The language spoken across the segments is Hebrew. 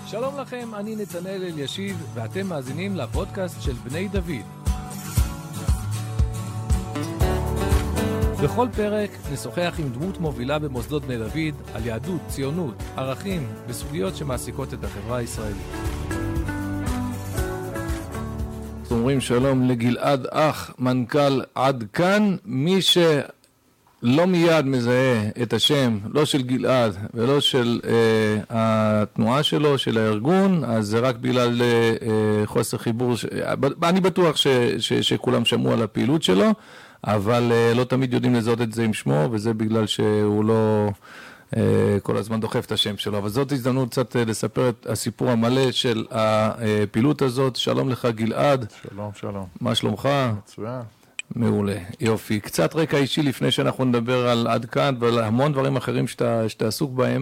שלום לכם, אני נתנאל אלישיב, ואתם מאזינים לפודקאסט של בני דוד. בכל פרק נשוחח עם דמות מובילה במוסדות בני דוד על יהדות, ציונות, ערכים וסוגיות שמעסיקות את החברה הישראלית. אומרים שלום לגלעד אח, מנכ"ל עד כאן. מי שלא מיד מזהה את השם, לא של גלעד ולא של התנועה שלו, של הארגון, אז זה רק בגלל חוסר חיבור. אני בטוח שכולם שמעו על הפעילות שלו, אבל לא תמיד יודעים לזהות את זה עם שמו, וזה בגלל שהוא לא כל הזמן דוחף את השם שלו. אבל זאת הזדמנות קצת לספר את הסיפור המלא של הפעילות הזאת. שלום לך גלעד. שלום, שלום. מה שלומך? מצוין. מעולה, יופי. קצת רקע אישי לפני שאנחנו נדבר על עד כאן ועל המון דברים אחרים שאתה עסוק בהם.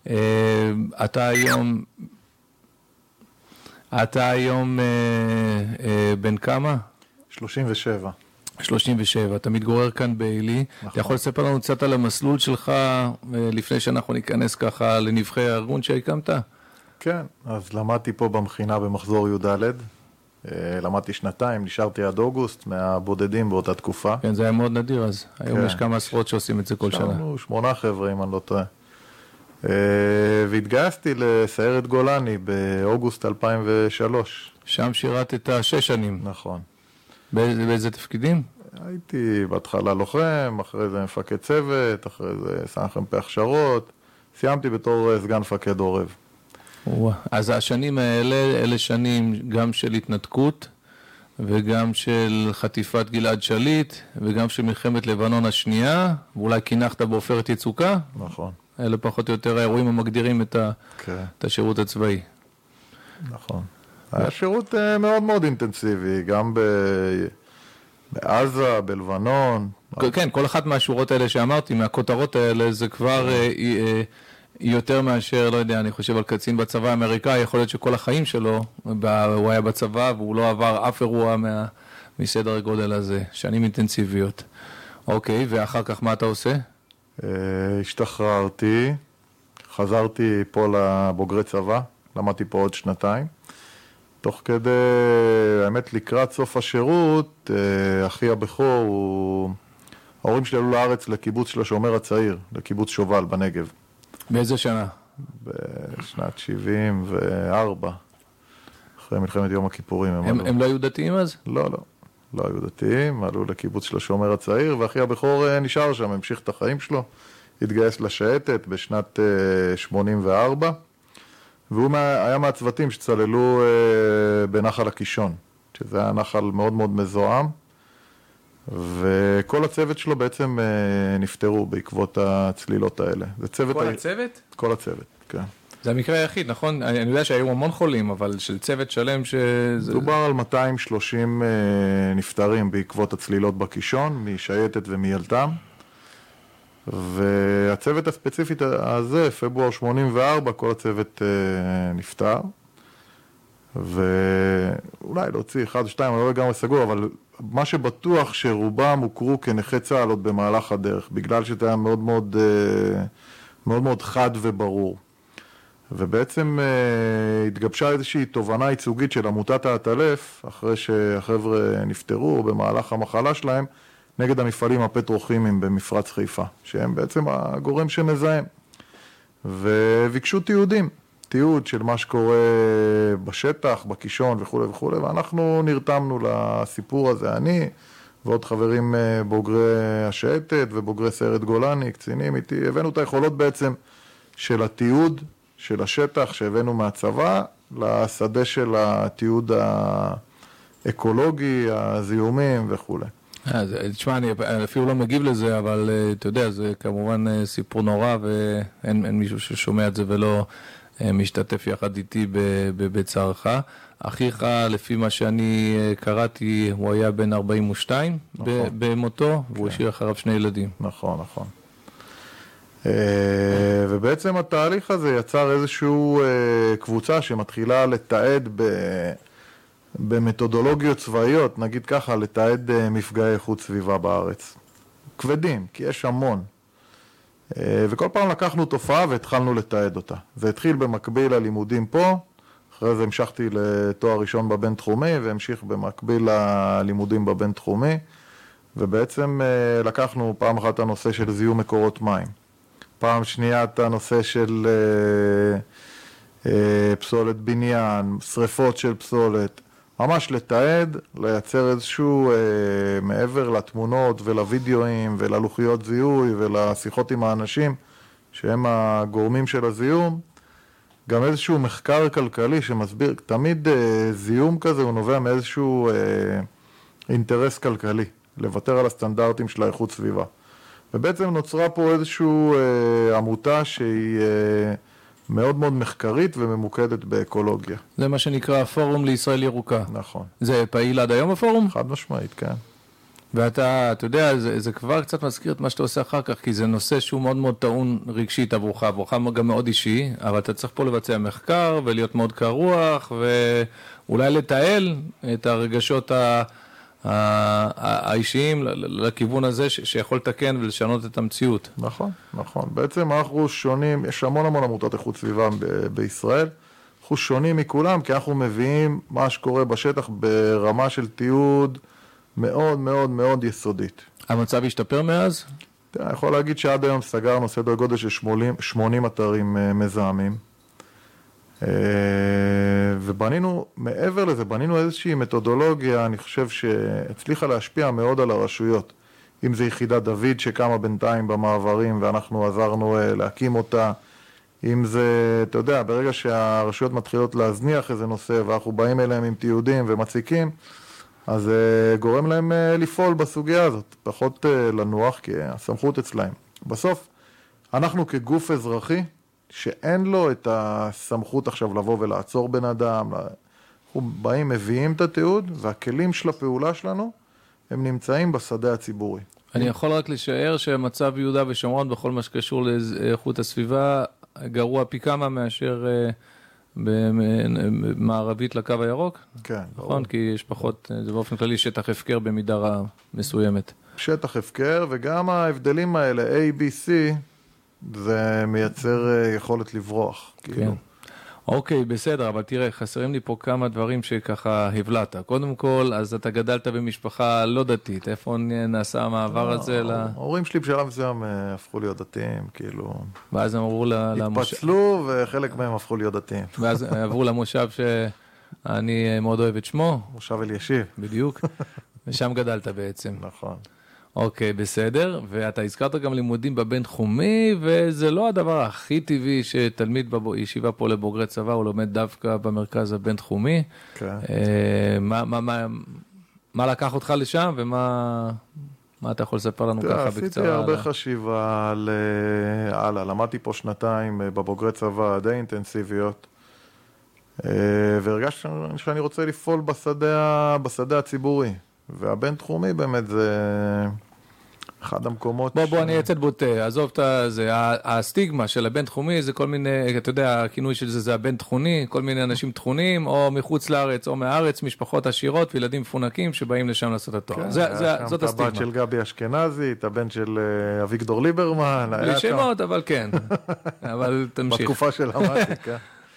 אתה היום בן כמה? 37. 37, אתה מתגורר כאן בעלי. נכון. אתה יכול לספר לנו קצת על המסלול שלך לפני שאנחנו ניכנס ככה לנבחי הארגון שהקמת? כן, אז למדתי פה במכינה במחזור י"ד. למדתי שנתיים, נשארתי עד אוגוסט מהבודדים באותה תקופה. כן, זה היה מאוד נדיר אז. היום יש כמה עשרות שעושים את זה כל שנה. שמנו 8 חבר'ה, אם אני לא טועה. והתגייסתי לסיירת גולני באוגוסט 2003. שם שירתת 6 שנים. נכון. באיזה תפקידים? הייתי בהתחלה לוחם, אחרי זה מפקד צוות, אחרי זה סמ"פ הכשרות. סיימתי בתור סגן מפקד עורב. אז השנים האלה, אלה שנים גם של התנתקות, וגם של חטיפת גלעד שליט, וגם של מלחמת לבנון השנייה, ואולי כינחת בעופרת יצוקה. נכון. אלה פחות או יותר האירועים המגדירים את השירות הצבאי. נכון. היה שירות מאוד מאוד אינטנסיבי, גם בעזה, בלבנון. כן, כל אחת מהשורות האלה שאמרתי, מהכותרות האלה, זה כבר יותר מאשר, לא יודע, אני חושב על קצין בצבא האמריקאי, יכול להיות שכל החיים שלו, הוא היה בצבא, והוא לא עבר אף אירוע מסדר הגודל הזה, שנים אינטנסיביות. אוקיי, ואחר כך מה אתה עושה? השתחררתי, חזרתי פה לבוגרי צבא, למדתי פה עוד 2 תוך כדי, האמת, לקראת סוף השירות, אחי הבכור, ההורים שלי עלו לארץ לקיבוץ של השומר הצעיר, לקיבוץ שובל בנגב. באיזה שנה? בשנת 74, אחרי מלחמת יום הכיפורים. הם לא היו דתיים אז? לא, לא היו דתיים, עלו לקיבוץ של השומר הצעיר, ואחי הבכור נשאר שם, המשיך את החיים שלו, התגייס לשייטת בשנת 84, והוא היה מהצוותים שצללו בנחל הקישון, שזה היה נחל מאוד מאוד מזוהם, וכל הצוות שלו בעצם נפטרו בעקבות הצלילות האלה. כל הצוות? כל הצוות, כן. זה המקרה היחיד, נכון? אני יודע שהיו המון חולים, אבל של צוות שלם דובר על 230 נפטרים בעקבות הצלילות בקישון, משייטת ומילתם. והצוות הספציפית הזה, פברואר 84, כל הצוות נפטר. ואולי להוציא 1 או 2, אני לא לגמרי סגור, אבל מה שבטוח שרובם הוכרו כנכי צה"ל עוד במהלך הדרך, בגלל שזה היה מאוד מאוד, מאוד מאוד חד וברור. ובעצם התגבשה איזושהי תובנה ייצוגית של עמותת העטלף, אחרי שהחבר'ה נפטרו במהלך המחלה שלהם, נגד המפעלים הפטרוכימיים במפרץ חיפה, שהם בעצם הגורם שמזהם. וביקשו תיעוד של מה שקורה בשטח, בקישון וכו' וכו', ואנחנו נרתמנו לסיפור הזה, אני ועוד חברים בוגרי השייטת ובוגרי סיירת גולני, קצינים איתי, הבאנו את היכולות בעצם של התיעוד של השטח שהבאנו מהצבא, לשדה של התיעוד האקולוגי, הזיהומים וכו'. תשמע, אני אפילו לא מגיב לזה, אבל אתה יודע, זה כמובן סיפור נורא, ואין מישהו ששומע את זה ולא משתתף יחד איתי בצערך. אחיך, לפי מה שאני קראתי, הוא היה בן 42 במותו, והוא השאיר אחריו 2 ילדים. נכון, נכון. ובעצם התהליך הזה יצר איזושהי קבוצה שמתחילה לתעד במתודולוגיות צבאיות, נגיד ככה, לתעד מפגעי איכות סביבה בארץ. כבדים, כי יש המון. וכל פעם לקחנו תופעה והתחלנו לתעד אותה. זה התחיל במקביל ללימודים פה, אחרי זה המשכתי לתואר ראשון בבינתחומי, והמשיך במקביל ללימודים בבינתחומי, ובעצם לקחנו פעם אחת את הנושא של זיהום מקורות מים, פעם שנייה את הנושא של פסולת בניין, שריפות של פסולת, ממש לתעד, לייצר איזשהו, מעבר לתמונות ולוידאוים וללוחיות זיהוי ולשיחות עם האנשים, שהם הגורמים של הזיהום, גם איזשהו מחקר כלכלי שמסביר, תמיד זיהום כזה הוא נובע מאיזשהו אינטרס כלכלי, לוותר על הסטנדרטים של האיכות סביבה. ובעצם נוצרה פה איזשהו עמותה שהיא מאוד מאוד מחקרית וממוקדת באקולוגיה. זה מה שנקרא פורום לישראל ירוקה. נכון. זה פעיל עד היום הפורום? חד משמעית, כן. ואתה יודע, זה כבר קצת מזכיר את מה שאתה עושה אחר כך, כי זה נושא שהוא מאוד מאוד טעון רגשית עבורך גם מאוד אישי, אבל אתה צריך פה לבצע מחקר ולהיות מאוד קרוח, ואולי לתעל את הרגשות האישיים לכיוון הזה שיכול לתקן ולשנות את המציאות. נכון, נכון. בעצם אנחנו שונים, יש המון עמותות איכות סביבה בישראל, אנחנו שונים מכולם, כי אנחנו מביאים מה שקורה בשטח ברמה של תיעוד מאוד מאוד מאוד יסודית. המצב השתפר מאז? אני יכול להגיד שעד היום סגרנו סדר גודל של 80 אתרים מזהמים, ובנינו, מעבר לזה, בנינו איזושהי מתודולוגיה, אני חושב שהצליחה להשפיע מאוד על הרשויות. אם זה יחידת דוד שקמה בינתיים במעברים ואנחנו עזרנו להקים אותה, אם זה, אתה יודע, ברגע שהרשויות מתחילות להזניח איזה נושא ואנחנו באים אליהם עם תיעודים ומציקים, אז זה גורם להם לפעול בסוגיה הזאת, פחות לנוח, כי הסמכות אצלהם. בסוף, אנחנו כגוף אזרחי, שאין לו את הסמכות עכשיו לבוא ולעצור בן אדם, אנחנו באים, מביאים את התיעוד, והכלים של הפעולה שלנו, הם נמצאים בשדה הציבורי. אני יכול רק לשער שמצב יהודה ושומרון בכל מה שקשור לאיכות הסביבה, גרוע פי כמה מאשר במערבית לקו הירוק? כן. נכון, כי יש פחות, זה באופן כללי שטח הפקר במידה מסוימת. שטח הפקר, וגם ההבדלים האלה, A, B, C, זה מייצר יכולת לברוח. כן. כאילו. אוקיי, בסדר, אבל תראה, חסרים לי פה כמה דברים שככה הבלעת. קודם כל, אז אתה גדלת במשפחה לא דתית, איפה נעשה המעבר הזה? ההורים שלי בשלב מסוים הפכו להיות דתיים, כאילו... ואז הם עברו למושב... התפצלו וחלק מהם הפכו להיות דתיים. ואז עברו למושב שאני מאוד אוהב את שמו. מושב אלישיב. בדיוק. ושם גדלת בעצם. נכון. אוקיי, בסדר. ואתה הזכרת גם לימודים בבינתחומי, וזה לא הדבר הכי טבעי שתלמיד בישיבה פה לבוגרי צבא, הוא לומד דווקא במרכז הבינתחומי. כן. מה לקח אותך לשם, ומה אתה יכול לספר לנו ככה בקצרה? עשיתי הרבה חשיבה הלאה. למדתי פה שנתיים בבוגרי צבא די אינטנסיביות, והרגשתי שאני רוצה לפעול בשדה הציבורי. והבינתחומי באמת זה אחד המקומות... בוא אני אצאת בוטה, עזוב את זה, הסטיגמה של הבינתחומי זה כל מיני, אתה יודע, הכינוי של זה הבינתחומי, כל מיני אנשים תחונים, או מחוץ לארץ או מהארץ, משפחות עשירות וילדים מפונקים שבאים לשם לעשות את התואר. זאת הסטיגמה. את הבת של גבי אשכנזי, את הבן של אביגדור ליברמן. בלי שמות, אבל כן. אבל תמשיך. בתקופה של המתיקה.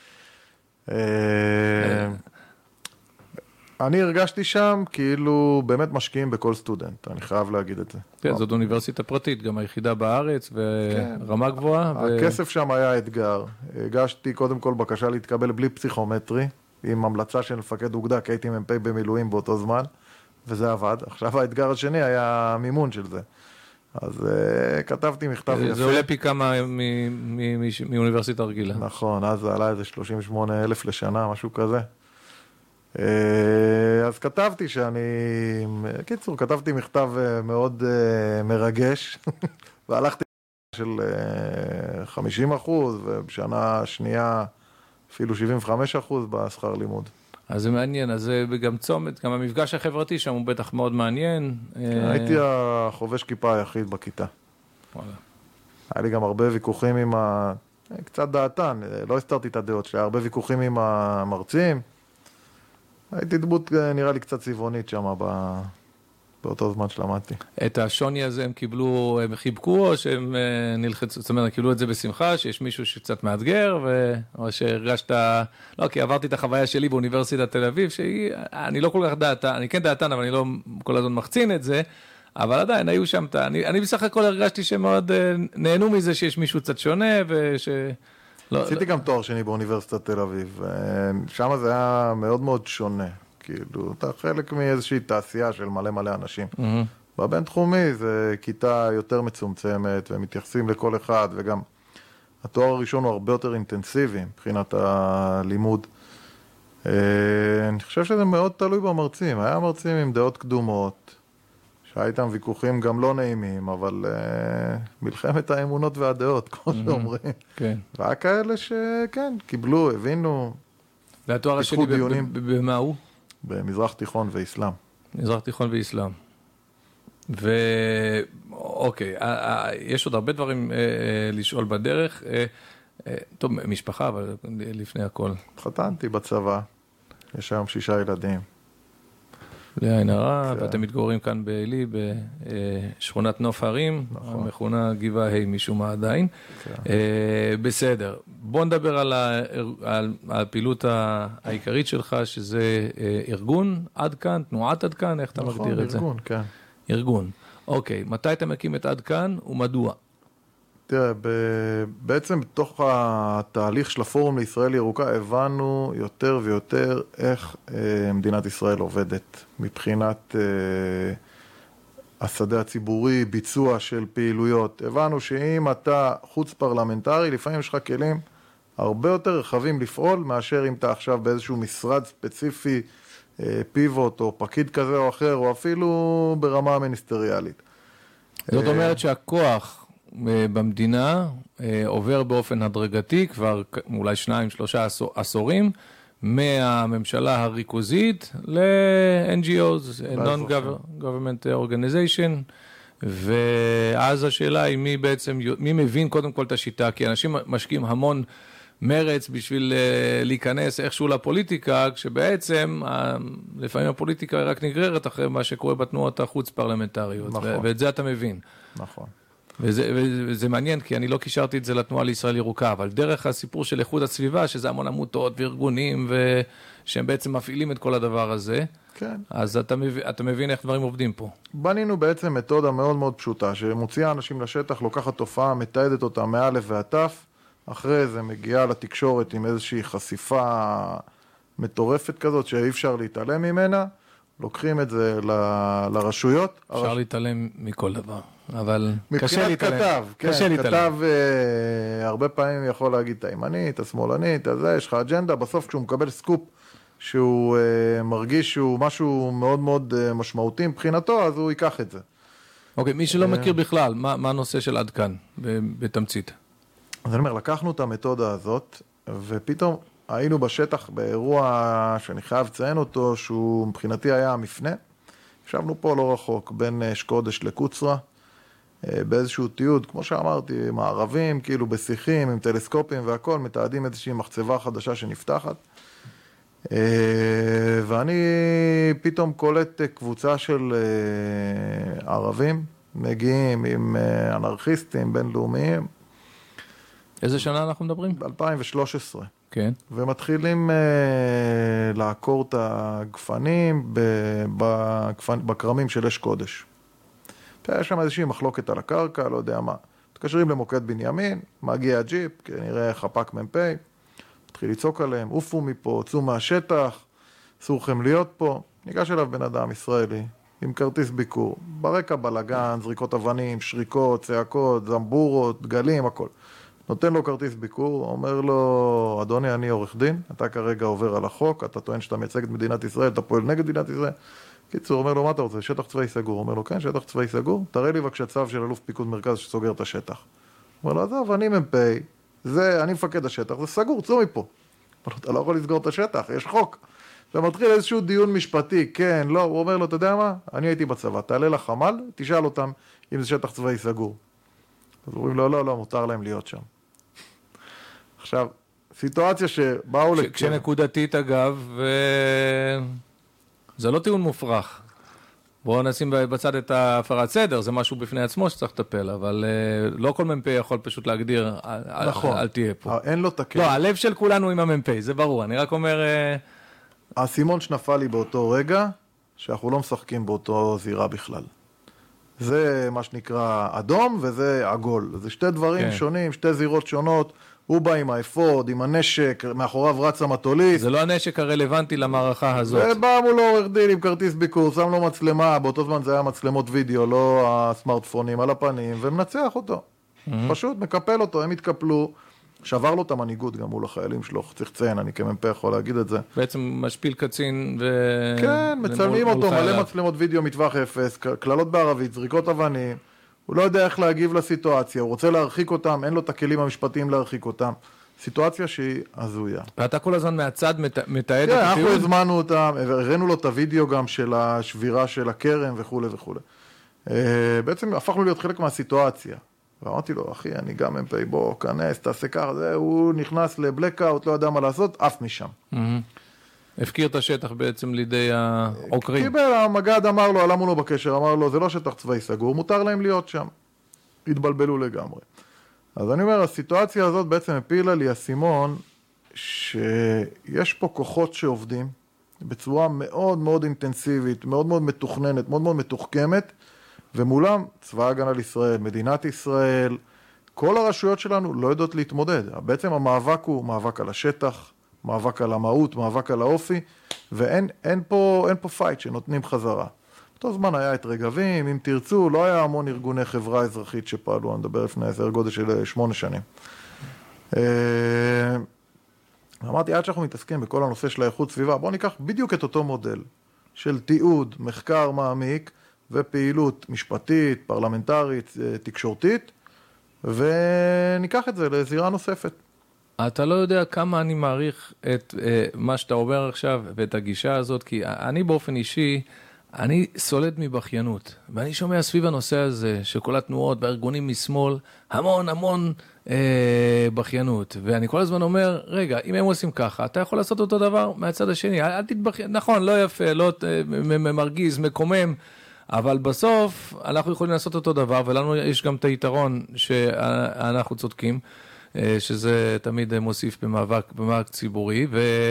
אני הרגשתי שם כאילו באמת משקיעים בכל סטודנט, אני חייב להגיד את זה. כן, זאת אוניברסיטה פרטית, גם היחידה בארץ ורמה גבוהה. הכסף שם היה אתגר. הגשתי קודם כל בקשה להתקבל בלי פסיכומטרי, עם המלצה של מפקד אוגדה, כי הייתי מ"פ במילואים באותו זמן, וזה עבד. עכשיו האתגר השני היה מימון של זה. אז כתבתי מכתב יפה. זה עולה פי כמה מאוניברסיטה רגילה. נכון, אז זה עלה איזה 38,000 לשנה, משהו כזה. אז כתבתי קיצור, כתבתי מכתב מאוד מרגש, והלכתי של 50%, ובשנה שנייה אפילו 75% בשכר לימוד. אז זה מעניין, אז זה גם צומת, גם המפגש החברתי שם הוא בטח מאוד מעניין. הייתי החובש כיפה היחיד בכיתה. היה לי גם הרבה ויכוחים עם קצת דעתן, לא הסתרתי את הדעות שלי, הרבה ויכוחים עם המרצים. הייתי דמות נראה לי קצת צבעונית שם באותו זמן שלמדתי. את השוני הזה הם קיבלו, הם חיבקו, או שהם נלחצו, זאת אומרת, קיבלו את זה בשמחה, שיש מישהו שקצת מאתגר, או שהרגשת, לא, כי עברתי את החוויה שלי באוניברסיטת תל אביב, אני לא כל כך דעתן, אני כן דעתן, אבל אני לא כל הזמן מחצין את זה, אבל עדיין היו שם, אני בסך הכל הרגשתי שמאוד נהנו מזה שיש מישהו קצת שונה, עשיתי גם תואר שני באוניברסיטת תל אביב, שם זה היה מאוד מאוד שונה. כאילו, אתה חלק מאיזושהי תעשייה של מלא מלא אנשים. בבינתחומי זה כיתה יותר מצומצמת, ומתייחסים לכל אחד, וגם התואר הראשון הוא הרבה יותר אינטנסיבי מבחינת הלימוד. אני חושב שזה מאוד תלוי במרצים. היה מרצים עם דעות קדומות, שהייתם ויכוחים גם לא נעימים, אבל מלחמת האמונות והדעות, כמו שאומרים. כן. והיה כאלה שכן, קיבלו, הבינו. והתואר השני במה הוא? במזרח תיכון ואסלאם. מזרח תיכון ואסלאם. אוקיי, יש עוד הרבה דברים לשאול בדרך. טוב, משפחה, אבל לפני הכל. התחתנתי בצבא, יש היום 6 ילדים. בלי עין הרע, ואתם מתגוררים כאן בעלי, בשכונת נוף הרים, המכונה גבעה ה' משום מה עדיין. בסדר, בוא נדבר על הפעילות העיקרית שלך, שזה ארגון עד כאן, תנועת עד כאן, איך אתה מגדיר את זה? ארגון, כן. ארגון, אוקיי, מתי אתה מקים את עד כאן ומדוע? תראה, בעצם בתוך התהליך של הפורום לישראל ירוקה הבנו יותר ויותר איך מדינת ישראל עובדת מבחינת השדה הציבורי, ביצוע של פעילויות. הבנו שאם אתה חוץ פרלמנטרי, לפעמים יש לך כלים הרבה יותר רחבים לפעול מאשר אם אתה עכשיו באיזשהו משרד ספציפי, פיבוט או פקיד כזה או אחר, או אפילו ברמה המיניסטריאלית. זאת אומרת שהכוח במדינה עובר באופן הדרגתי, כבר אולי 2-3 עשורים, מהממשלה הריכוזית ל-NGOs, Non-Government Organization, ואז השאלה היא מי בעצם, מי מבין קודם כל את השיטה, כי אנשים משקיעים המון מרץ בשביל להיכנס איכשהו לפוליטיקה, כשבעצם לפעמים הפוליטיקה רק נגררת אחרי מה שקורה בתנועות החוץ פרלמנטריות, נכון. ואת זה אתה מבין. נכון. וזה מעניין, כי אני לא קישרתי את זה לתנועה לישראל ירוקה, אבל דרך הסיפור של איכות הסביבה, שזה המון עמותות וארגונים, שהם בעצם מפעילים את כל הדבר הזה, כן. אז אתה מבין איך דברים עובדים פה. בנינו בעצם מתודה מאוד מאוד פשוטה, שמוציאה אנשים לשטח, לוקחת תופעה, מתעדת אותה מאלף ועד תף, אחרי זה מגיעה לתקשורת עם איזושהי חשיפה מטורפת כזאת, שאי אפשר להתעלם ממנה, לוקחים את זה לרשויות. אפשר להתעלם מכל דבר, אבל קשה להתעלם. כתב, כן, כתב הרבה פעמים יכול להגיד את הימנית, השמאלנית, הזה, יש לך אג'נדה, בסוף כשהוא מקבל סקופ שהוא מרגיש שהוא משהו מאוד מאוד משמעותי מבחינתו, אז הוא ייקח את זה. אוקיי, מי שלא מכיר בכלל, מה הנושא של עד כאן, בתמצית? אז אני אומר, לקחנו את המתודה הזאת, ופתאום היינו בשטח באירוע שאני חייב לציין אותו, שהוא מבחינתי היה המפנה. ישבנו פה לא רחוק, בין שקודש לקוצרה, באיזשהו תיעוד, כמו שאמרתי, עם הערבים, כאילו בשיחים, עם טלסקופים והכל, מתעדים איזושהי מחצבה חדשה שנפתחת. ואני פתאום קולט קבוצה של ערבים, מגיעים עם אנרכיסטים בינלאומיים. איזה שנה אנחנו מדברים? ב-2013. כן. ומתחילים לעקור את הגפנים בקרמים של אש קודש. יש שם איזושהי מחלוקת על הקרקע, לא יודע מה. מתקשרים למוקד בנימין, מגיע ג'יפ, כנראה חפק מ"פ, מתחיל לצעוק עליהם, עופו מפה, צאו מהשטח, אסור לכם להיות פה. ניגש אליו בן אדם ישראלי, עם כרטיס ביקור. ברקע בלגן, זריקות אבנים, שריקות, צעקות, זמבורות, דגלים, הכל. נותן לו כרטיס ביקור, אומר לו, אדוני, אני עורך דין, אתה כרגע עובר על החוק, אתה טוען שאתה מייצג את מדינת ישראל, אתה פועל נגד מדינת ישראל. קיצור, אומר לו, מה אתה רוצה? שטח צבאי סגור. אומר לו, כן, שטח צבאי סגור, תראה לי בבקשה צו של אלוף פיקוד מרכז שסוגר את השטח. אומר לו, עזוב, אני מ"פ, אני מפקד השטח, זה סגור, צאו מפה. אומר לו, אתה לא יכול לסגור את השטח, יש חוק. ומתחיל איזשהו דיון משפטי, כן, לא, הוא אומר לו, אתה יודע מה? אני הייתי בצבא, תעלה לחמ"ל, תשאל אותם אם זה שטח צבאי סגור. אז אומרים לו, לא, מותר להם להיות שם. עכשיו, סיטואציה שבאו כשנקודתית אגב, זה לא טיעון מופרך. בואו נשים בצד את הפרת סדר, זה משהו בפני עצמו שצריך לטפל, אבל לא כל מ"פ יכול פשוט להגדיר, נכון. אל תהיה פה. אין לו תקל. לא, הלב של כולנו עם המ"פ, זה ברור, אני רק אומר... האסימון שנפל לי באותו רגע, שאנחנו לא משחקים באותו זירה בכלל. זה מה שנקרא אדום וזה עגול. זה שתי דברים שונים, שתי זירות שונות. הוא בא עם האפוד, עם הנשק, מאחוריו רץ המטוליסט. זה לא הנשק הרלוונטי למערכה הזאת. ובא מולו עורך דין עם כרטיס ביקור, שם לו מצלמה, באותו זמן זה היה מצלמות וידאו, לא הסמארטפונים על הפנים, ומנצח אותו. פשוט מקפל אותו, הם התקפלו. שבר לו את המנהיגות גם מול החיילים שלו, צריך לציין, אני כמ"פ יכול להגיד את זה. בעצם משפיל קצין כן, מצלמים אותו, מלא מצלמות וידאו מטווח אפס, כללות בערבית, זריקות אבנים, הוא לא יודע איך להגיב לסיטואציה, הוא רוצה להרחיק אותם, אין לו את הכלים המשפטיים להרחיק אותם. סיטואציה שהיא הזויה. ואתה כל הזמן מהצד מתעד את כן, התיעוד? אנחנו הזמנו אותם, הראינו לו את הוידאו גם של השבירה של הכרם וכו' וכו'. בעצם הפכנו להיות חלק מהסיטואציה. ואמרתי לו, אחי, אני גם מ"פ, בוא, כנס, תעשה ככה, הוא נכנס לבלקאוט, לא יודע מה לעשות, אף משם. הפקיר את השטח בעצם לידי העוקרים. קיבל, המגד אמר לו, עלה מולו בקשר, אמר לו, זה לא שטח צבאי סגור, מותר להם להיות שם. התבלבלו לגמרי. אז אני אומר, הסיטואציה הזאת בעצם הפילה לי אסימון, שיש פה כוחות שעובדים, בצורה מאוד מאוד אינטנסיבית, מאוד מאוד מתוכננת, מאוד מאוד מתוחכמת, ומולם צבא ההגנה לישראל, מדינת ישראל, כל הרשויות שלנו לא יודעות להתמודד. בעצם המאבק הוא מאבק על השטח, מאבק על המהות, מאבק על האופי, ואין פה פייט שנותנים חזרה. באותו זמן היה את רגבים, אם תרצו, לא היה המון ארגוני חברה אזרחית שפעלו, אני מדבר לפני איזה גודל של 8 שנים. אמרתי, עד שאנחנו מתעסקים בכל הנושא של האיכות סביבה, בואו ניקח בדיוק את אותו מודל של תיעוד, מחקר מעמיק, ופעילות משפטית, פרלמנטרית, תקשורתית, וניקח את זה לזירה נוספת. אתה לא יודע כמה אני מעריך את מה שאתה אומר עכשיו ואת הגישה הזאת, כי אני באופן אישי, אני סולד מבחיינות, ואני שומע סביב הנושא הזה של כל התנועות והארגונים משמאל, המון בחיינות, ואני כל הזמן אומר, רגע, אם הם עושים ככה, אתה יכול לעשות אותו דבר מהצד השני, אל תתבחיין, נכון, לא יפה, לא מרגיז, מקומם, אבל בסוף אנחנו יכולים לעשות אותו דבר, ולנו יש גם את היתרון שאנחנו צודקים, שזה תמיד מוסיף במאבק ציבורי,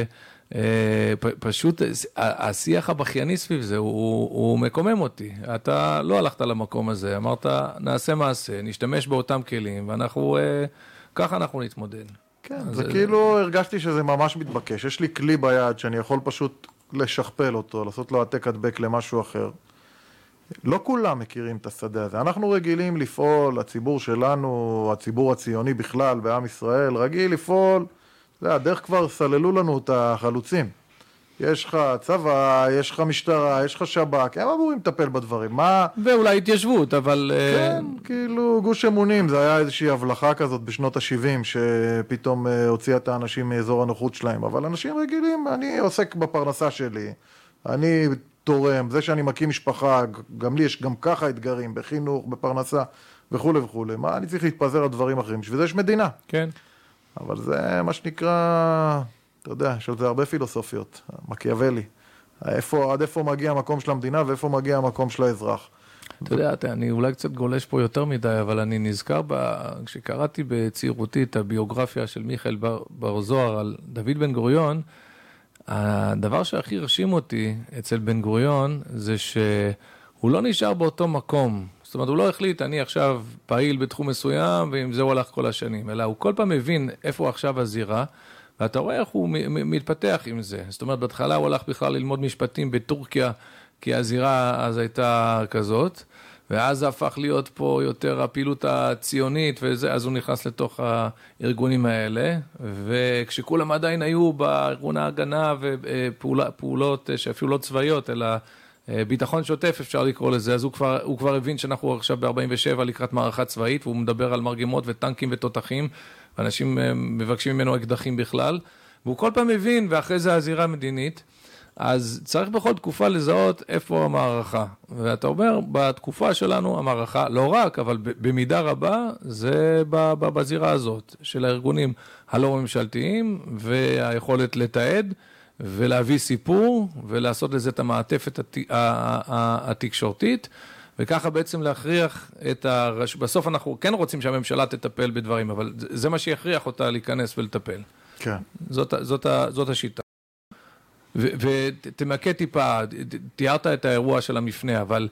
ופשוט השיח הבכייני סביב זה, הוא מקומם אותי. אתה לא הלכת למקום הזה, אמרת, נעשה מעשה, נשתמש באותם כלים, ואנחנו, ככה אנחנו נתמודד. כן, זה כאילו הרגשתי שזה ממש מתבקש. יש לי כלי ביד שאני יכול פשוט לשכפל אותו, לעשות לו העתק הדבק למשהו אחר. לא כולם מכירים את השדה הזה. אנחנו רגילים לפעול, הציבור שלנו, הציבור הציוני בכלל, בעם ישראל, רגיל לפעול, זה הדרך כבר סללו לנו את החלוצים. יש לך צבא, יש לך משטרה, יש לך שב"כ, הם אמורים לטפל בדברים. מה... ואולי התיישבות, אבל... כן, כאילו גוש אמונים, זה היה איזושהי הבלחה כזאת בשנות ה-70, שפתאום הוציאה את האנשים מאזור הנוחות שלהם. אבל אנשים רגילים, אני עוסק בפרנסה שלי, אני... תורם, זה שאני מקים משפחה, גם לי יש גם ככה אתגרים, בחינוך, בפרנסה וכו' וכו'. מה, אני צריך להתפזר על דברים אחרים, בשביל זה יש מדינה. כן. אבל זה מה שנקרא, אתה יודע, יש על זה הרבה פילוסופיות, מקיאוולי. עד איפה מגיע המקום של המדינה ואיפה מגיע המקום של האזרח. אתה יודע, אני אולי קצת גולש פה יותר מדי, אבל אני נזכר, כשקראתי בצעירותי את הביוגרפיה של מיכאל בר זוהר על דוד בן גוריון, הדבר שהכי הרשים אותי אצל בן גוריון זה שהוא לא נשאר באותו מקום. זאת אומרת, הוא לא החליט, אני עכשיו פעיל בתחום מסוים ועם זה הוא הלך כל השנים, אלא הוא כל פעם מבין איפה עכשיו הזירה, ואתה רואה איך הוא מתפתח עם זה. זאת אומרת, בהתחלה הוא הלך בכלל ללמוד משפטים בטורקיה, כי הזירה אז הייתה כזאת, ואז זה הפך להיות פה יותר הפעילות הציונית, אז הוא נכנס לתוך הארגונים האלה, וכשכולם עדיין היו בארגון ההגנה ופעולות שאפילו לא צבאיות, אלא ביטחון שוטף אפשר לקרוא לזה, אז הוא כבר הבין שאנחנו עכשיו ב-47 לקראת מערכה צבאית, והוא מדבר על מרגמות וטנקים ותותחים, ואנשים מבקשים ממנו אקדחים בכלל, והוא כל פעם מבין, ואחרי זה הזירה המדינית, אז צריך בכל תקופה לזהות איפה המערכה. ואתה אומר, בתקופה שלנו המערכה, לא רק, אבל במידה רבה, זה בזירה הזאת, של הארגונים הלא ממשלתיים, והיכולת לתעד, ולהביא סיפור, ולעשות לזה את המעטפת התקשורתית, וככה בעצם להכריח בסוף אנחנו כן רוצים שהממשלה תטפל בדברים, אבל זה מה שיכריח אותה להיכנס ולטפל. כן. זאת השיטה. ותמקד טיפה, תיארת את האירוע של המפנה, אבל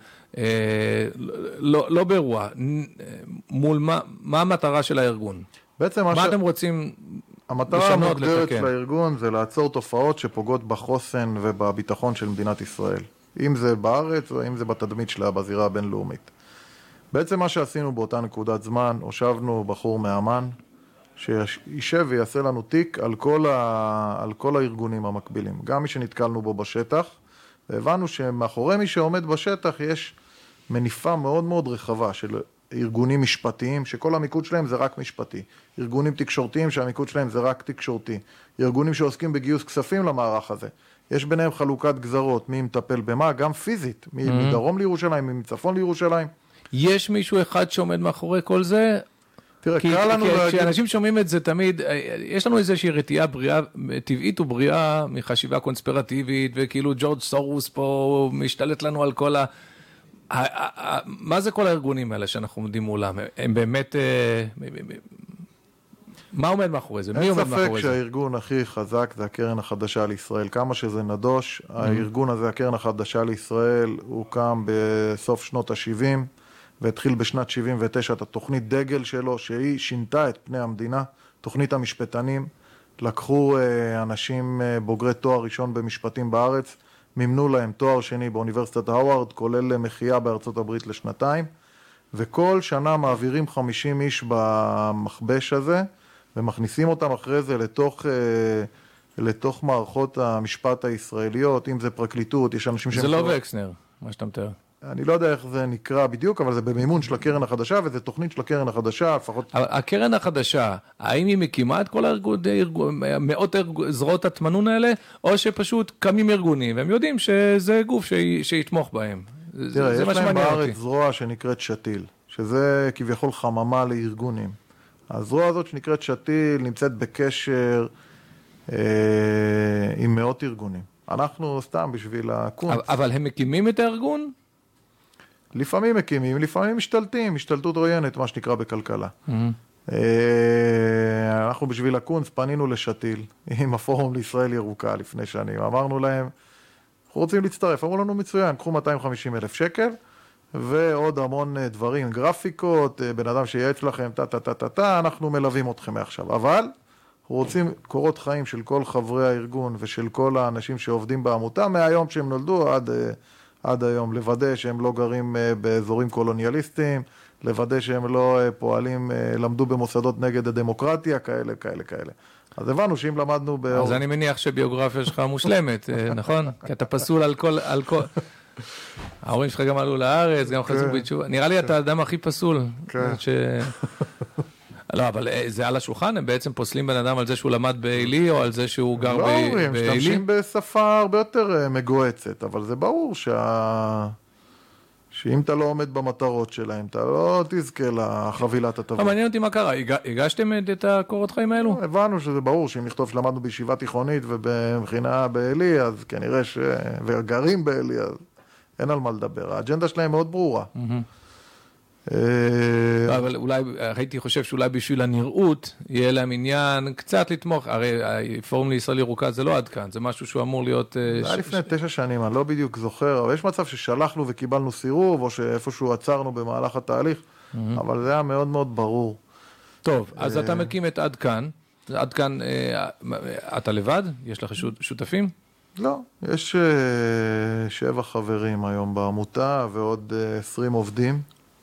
לא באירוע, מול מה המטרה של הארגון? בעצם מה אתם רוצים המטרה המוגדרת של הארגון זה לעצור תופעות שפוגעות בחוסן ובביטחון של מדינת ישראל. אם זה בארץ או אם זה בתדמית שלה בזירה הבינלאומית. בעצם מה שעשינו באותה נקודת זמן, הושבנו בחור מאמן, שישב ויעשה לנו תיק על כל הארגונים המקבילים. גם מי שנתקלנו בו בשטח, והבנו שמאחורי מי שעומד בשטח יש מניפה מאוד מאוד רחבה של ארגונים משפטיים, שכל המיקוד שלהם זה רק משפטי. ארגונים תקשורתיים שהמיקוד שלהם זה רק תקשורתי. ארגונים שעוסקים בגיוס כספים למערך הזה. יש ביניהם חלוקת גזרות, מי מטפל במה, גם פיזית, מדרום לירושלים, מצפון לירושלים. יש מישהו אחד שעומד מאחורי כל זה? תראה, קרא לנו כשאנשים שומעים את זה תמיד, יש לנו איזושהי רתיעה בריאה, טבעית ובריאה מחשיבה קונספירטיבית, וכאילו ג'ורג' סורוס פה משתלט לנו על כל מה זה כל הארגונים האלה שאנחנו עומדים מולם? הם באמת מה עומד מאחורי זה? מי עומד מאחורי זה? אין ספק שהארגון הכי חזק זה הקרן החדשה לישראל. כמה שזה נדוש, הארגון הזה, הקרן החדשה לישראל, הוא קם בסוף שנות ה-70, והתחיל בשנת 79 את התוכנית דגל שלו, שהיא שינתה את פני המדינה, תוכנית המשפטנים. לקחו אנשים בוגרי תואר ראשון במשפטים בארץ, מימנו להם תואר שני באוניברסיטת הווארד, כולל מחיה בארצות הברית לשנתיים, וכל שנה מעבירים 50 איש במחבש הזה, ומכניסים אותם אחרי זה לתוך מערכות המשפט הישראליות, אם זה פרקליטות, יש אנשים זה לא וקסנר, מה שאתה מתאר. אני לא יודע איך זה נקרא בדיוק, אבל זה במימון של הקרן החדשה, וזה תוכנית של הקרן החדשה, לפחות... הקרן החדשה, האם היא מקימה את כל מאות זרועות התמנון האלה, או שפשוט קמים ארגונים, והם יודעים שזה גוף שיתמוך בהם? תראה, יש להם בארץ זרוע שנקראת שתיל, שזה כביכול חממה לארגונים. הזרוע הזאת שנקראת שתיל נמצאת בקשר עם מאות ארגונים. אנחנו סתם בשביל הקונץ. אבל הם מקימים את הארגון? לפעמים מקימים, לפעמים משתלטים, השתלטות עוינת, מה שנקרא בכלכלה. אנחנו בשביל הקונץ פנינו לשתיל, עם הפורום לישראל ירוקה לפני שנים. אמרנו להם, אנחנו רוצים להצטרף, אמרו לנו מצוין, קחו 250,000 שקל, ועוד המון דברים, גרפיקות, בן אדם שייעץ לכם, אנחנו מלווים אתכם מעכשיו. אבל אנחנו רוצים קורות חיים של כל חברי הארגון ושל כל האנשים שעובדים בעמותה, מהיום שהם נולדו עד היום, לוודא שהם לא גרים באזורים קולוניאליסטיים, לוודא שהם לא פועלים, למדו במוסדות נגד הדמוקרטיה, כאלה. אז הבנו שאם למדנו... אז אני מניח שביוגרפיה שלך מושלמת, נכון? כי אתה פסול על כל... ההורים שלך גם עלו לארץ, גם חזרו בתשובה. נראה לי אתה האדם הכי פסול. כן. לא, אבל זה על השולחן, הם בעצם פוסלים בן אדם על זה שהוא למד בעילי, או על זה שהוא גר בעילי? לא, הם משתמשים בשפה הרבה יותר מגועצת, אבל זה ברור שאם אתה לא עומד במטרות שלהם, אתה לא תזכה לחבילת הטבות. מעניין אותי מה קרה, הגשתם את הקורות חיים האלו? הבנו שזה ברור, שאם נכתוב שלמדנו בישיבה תיכונית ובמכינה בעילי, אז כנראה וגרים בעילי, אז אין על מה לדבר. האג'נדה שלהם מאוד ברורה. אבל אולי, הייתי חושב שאולי בשביל הנראות, יהיה להם עניין קצת לתמוך, הרי הפורום לישראל ירוקה זה לא עד כאן, זה משהו שהוא אמור להיות... זה היה לפני 9 שנים, אני לא בדיוק זוכר, אבל יש מצב ששלחנו וקיבלנו סירוב, או שאיפשהו עצרנו במהלך התהליך, אבל זה היה מאוד מאוד ברור. טוב, אז אתה מקים את עד כאן, עד כאן, אתה לבד? יש לך שותפים? לא, יש 7 חברים היום בעמותה, ועוד 20 עובדים.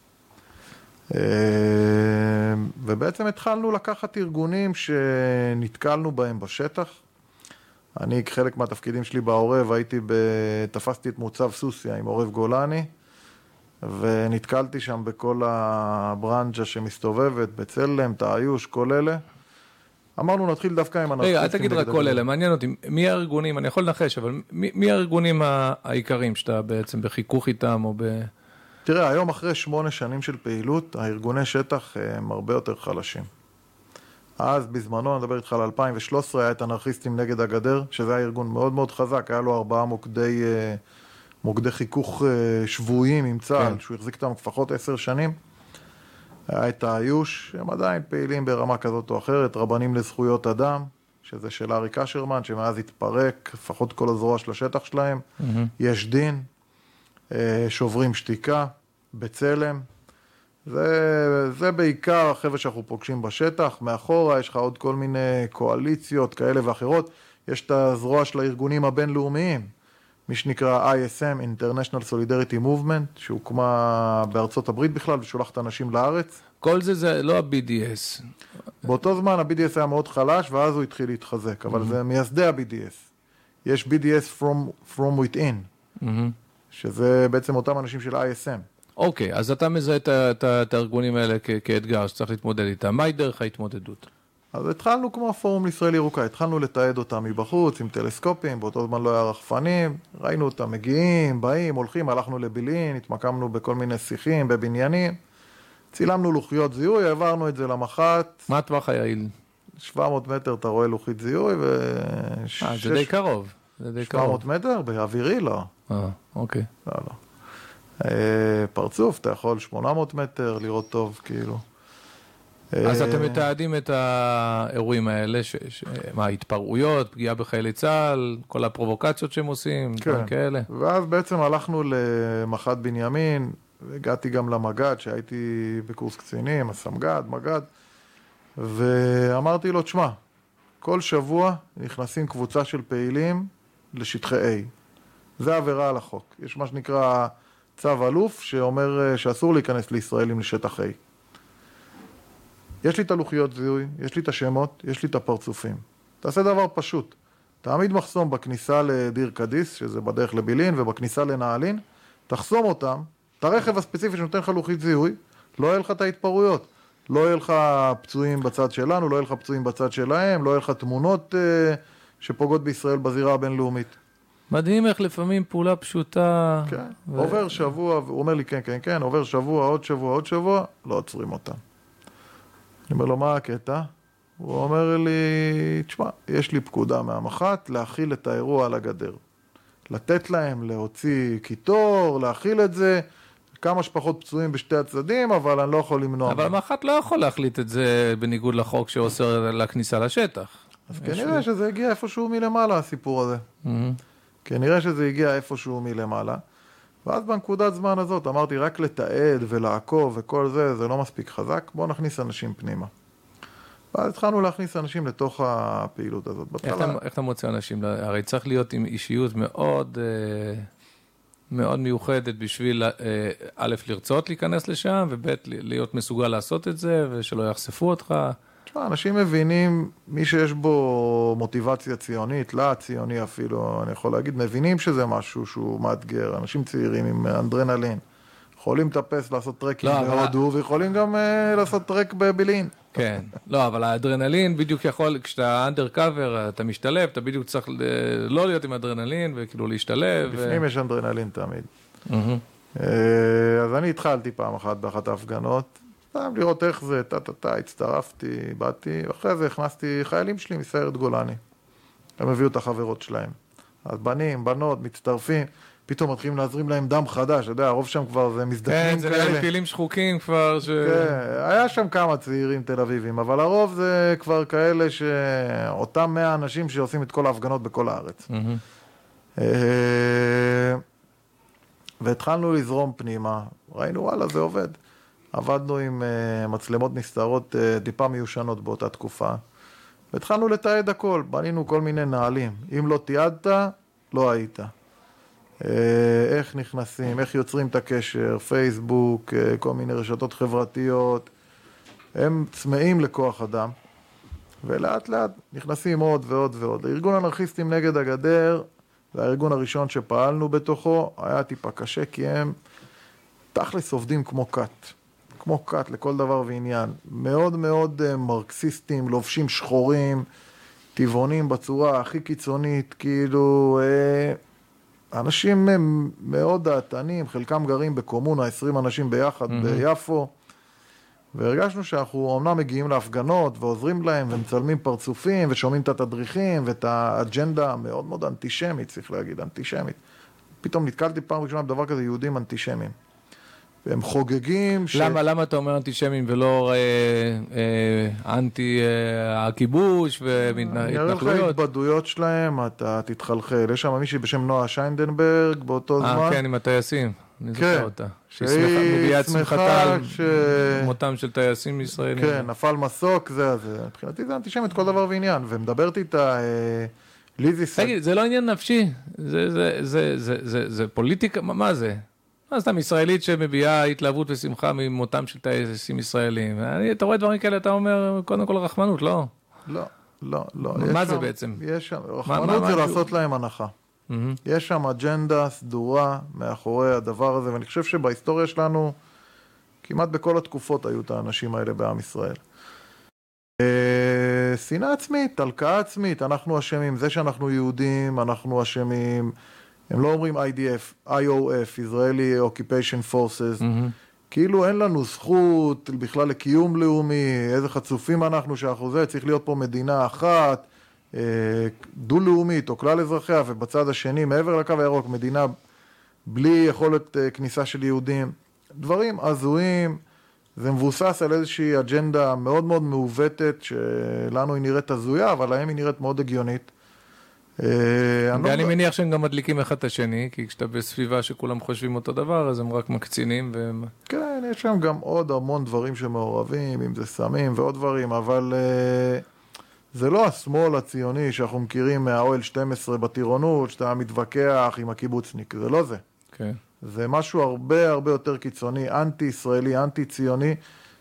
ובעצם התחלנו לקחת ארגונים שנתקלנו בהם בשטח. אני, חלק מהתפקידים שלי בעורב, תפסתי את מוצב סוסיה עם עורב גולני, ונתקלתי שם בכל הברנג'ה שמסתובבת, בצלם, תאיוש, כל אלה. אמרנו, נתחיל דווקא עם רגע, אל תגיד רק כל אלה, מעניין אותי, מי הארגונים, אני יכול לנחש, אבל מי הארגונים העיקריים שאתה בעצם בחיכוך איתם או תראה, היום אחרי 8 שנים של פעילות, הארגוני שטח הם הרבה יותר חלשים. אז בזמנו, אני מדבר איתך על 2013, היה את אנרכיסטים נגד הגדר, שזה היה ארגון מאוד מאוד חזק, היה לו 4 מוקדי חיכוך שבויים עם צה"ל, כן. שהוא החזיק אותם לפחות 10 שנים. היה את האיוש, הם עדיין פעילים ברמה כזאת או אחרת, רבנים לזכויות אדם, שזה של אריק אשרמן, שמאז התפרק, לפחות כל הזרוע של השטח שלהם. יש דין, שוברים שתיקה, בצלם. זה בעיקר החבר'ה שאנחנו פוגשים בשטח. מאחורה יש לך עוד כל מיני קואליציות כאלה ואחרות. יש את הזרוע של הארגונים הבינלאומיים, מי שנקרא ISM, International Solidarity Movement, שהוקמה בארצות הברית בכלל ושולחת אנשים לארץ. כל זה לא ה-BDS. באותו זמן ה-BDS היה מאוד חלש, ואז הוא התחיל להתחזק, אבל זה מייסדי ה-BDS. יש BDS from within, שזה בעצם אותם אנשים של ISM. אוקיי, אז אתה מזהה את הארגונים האלה כאתגר שצריך להתמודד איתם. מהי דרך ההתמודדות? אז התחלנו כמו הפורום לישראל ירוקה, התחלנו לתעד אותם מבחוץ עם טלסקופים, באותו זמן לא היה רחפנים, ראינו אותם מגיעים, באים, הולכים, הלכנו לבילין, התמקמנו בכל מיני שיחים, בבניינים, צילמנו לוחיות זיהוי, העברנו את זה למח"ט. מה הטווח היעיל? 700 מטר אתה רואה לוחית זיהוי, זה די קרוב. 700 מטר? באווירי לא. אוקיי. לא. פרצוף, אתה יכול 800 מטר לראות טוב, כאילו. אז אתם מתעדים את האירועים האלה, מה, התפרעויות, פגיעה בחיילי צה"ל, כל הפרובוקציות שהם עושים, דברים כאלה. ואז בעצם הלכנו למח"ט בנימין, הגעתי גם למג"ד, שהייתי בקורס קצינים, הסמג"ד, מג"ד, ואמרתי לו, תשמע, כל שבוע נכנסים קבוצה של פעילים לשטחי A. זה עבירה על החוק. יש מה שנקרא צו אלוף, שאומר שאסור להיכנס לישראלים לשטח A. יש לי את הלוחיות זיהוי, יש לי את השמות, יש לי את הפרצופים. תעשה דבר פשוט. תעמיד מחסום בכניסה לדיר קדיס, שזה בדרך לבילין, ובכניסה לנעלין, תחסום אותם, את הרכב הספציפי שנותן לך לוחית זיהוי, לא יהיה לך את ההתפרעויות. לא יהיה לך פצועים בצד שלנו, לא יהיה לך פצועים בצד שלהם, לא יהיה לך תמונות שפוגעות בישראל בזירה הבינלאומית. מדהים איך לפעמים פעולה פשוטה. כן, עובר שבוע, הוא אומר לי כן, עובר שבוע, עוד שבוע, לא עוצרים אותם. אני אומר לו, מה הקטע? הוא אומר לי, תשמע, יש לי פקודה מהמח"ט להכיל את האירוע על הגדר. לתת להם, להוציא קיטור, להכיל את זה, כמה שפחות פצועים בשתי הצדדים, אבל אני לא יכול למנוע. אבל המח"ט לא יכול להחליט את זה בניגוד לחוק שאוסר לכניסה לשטח. אז כנראה שזה הגיע איפשהו מלמעלה, הסיפור הזה. כנראה שזה הגיע איפשהו מלמעלה. ואז בנקודת זמן הזאת אמרתי, רק לתעד ולעקוב וכל זה, זה לא מספיק חזק, בואו נכניס אנשים פנימה. ואז התחלנו להכניס אנשים לתוך הפעילות הזאת. איך אתה מוצא אנשים? הרי צריך להיות עם אישיות מאוד, מאוד מיוחדת בשביל א', לרצות להיכנס לשם, וב', להיות מסוגל לעשות את זה, ושלא יחשפו אותך. אנשים מבינים, מי שיש בו מוטיבציה ציונית, ציוני אפילו, אני יכול להגיד, מבינים שזה משהו שהוא מאתגר. אנשים צעירים עם אנדרנלין, יכולים לטפס, לעשות טרקים בהודו, ויכולים גם לעשות טרק בבילין. כן, לא, אבל האדרנלין בדיוק יכול, כשאתה אנדרקאבר, אתה משתלב, אתה בדיוק צריך לא להיות עם אדרנלין, וכאילו להשתלב. לפנים יש אנדרנלין תמיד. אז אני התחלתי פעם אחת באחת ההפגנות, לראות איך זה, הצטרפתי, באתי, ואחרי זה הכנסתי חיילים שלי מסיירת גולני. הם הביאו את החברות שלהם. אז בנים, בנות, מצטרפים, פתאום מתחילים להזרים להם דם חדש, אתה יודע, הרוב שם כבר זה מזדקנים כאלה. כן, זה פילים שחוקים כבר. כן, היה שם כמה צעירים תל אביבים, אבל הרוב זה כבר כאלה אותם 100 אנשים שעושים את כל ההפגנות בכל הארץ. והתחלנו לזרום פנימה, ראינו, וואלה, זה עובד. עבדנו עם מצלמות נסתרות טיפה מיושנות באותה תקופה, והתחלנו לתעד הכל, בנינו כל מיני נהלים. אם לא תיעדת, לא היית. איך נכנסים, איך יוצרים את הקשר, פייסבוק, כל מיני רשתות חברתיות, הם צמאים לכוח אדם, ולאט לאט נכנסים עוד ועוד ועוד. הארגון אנרכיסטים נגד הגדר, זה הארגון הראשון שפעלנו בתוכו, היה טיפה קשה, כי הם תכלס עובדים כמו קאט. כמו קאט לכל דבר ועניין. מאוד מאוד מרקסיסטים, לובשים שחורים, טבעונים בצורה הכי קיצונית, כאילו אנשים מאוד דעתנים, חלקם גרים בקומונה, 20 אנשים ביחד ביפו, והרגשנו שאנחנו אמנם מגיעים להפגנות ועוזרים להם ומצלמים פרצופים ושומעים את התדריכים ואת האג'נדה המאוד מאוד אנטישמית, צריך להגיד, אנטישמית. פתאום נתקלתי פעם ראשונה בדבר כזה, יהודים אנטישמים. והם חוגגים למה אתה אומר אנטישמים ולא אנטי הכיבוש והתנחלויות? אני אראה לך התבדויות שלהם, אתה תתחלחל. יש שם מישהי בשם נועה שיינדנברג באותו זמן. כן, עם הטייסים. אני זוכר אותה. שהיא מביאה את שמחתה על ש... מותם של טייסים ישראלים. כן, נפל מסוק, זה. מבחינתי זה אנטישמית כל דבר ועניין. ומדברת איתה ליזי... תגיד, זה לא עניין נפשי. זה פוליטיקה, מה זה? אז אתה ישראלית שמביאה התלהבות ושמחה ממותם של טייסים ישראלים. אתה רואה דברים כאלה, אתה אומר, קודם כל רחמנות, לא? לא. מה זה בעצם? רחמנות זה לעשות להם הנחה. יש שם אג'נדה סדורה מאחורי הדבר הזה, ואני חושב שבהיסטוריה שלנו, כמעט בכל התקופות היו את האנשים האלה בעם ישראל. שנאה עצמית, הלקאה עצמית, אנחנו אשמים, זה שאנחנו יהודים, אנחנו אשמים, הם לא אומרים IDF, IOF, Israeli Occupation Forces, כאילו אין לנו זכות בכלל לקיום לאומי, איזה חצופים אנחנו שאנחנו זה, צריך להיות פה מדינה אחת, דו-לאומית או כלל אזרחיה, ובצד השני, מעבר לקו הירוק, מדינה בלי יכולת כניסה של יהודים. דברים הזויים, זה מבוסס על איזושהי אג'נדה מאוד מאוד מעוותת, שלנו היא נראית הזויה, אבל להם היא נראית מאוד הגיונית. ואני מניח שהם גם מדליקים אחד את השני, כי כשאתה בסביבה שכולם חושבים אותו דבר, אז הם רק מקצינים. כן, יש שם גם עוד המון דברים שמעורבים, אם זה סמים ועוד דברים, אבל זה לא השמאל הציוני שאנחנו מכירים מהאוהל 12 בטירונות, שאתה מתווכח עם הקיבוצניק, זה לא זה. כן. זה משהו הרבה הרבה יותר קיצוני, אנטי-ישראלי, אנטי-ציוני,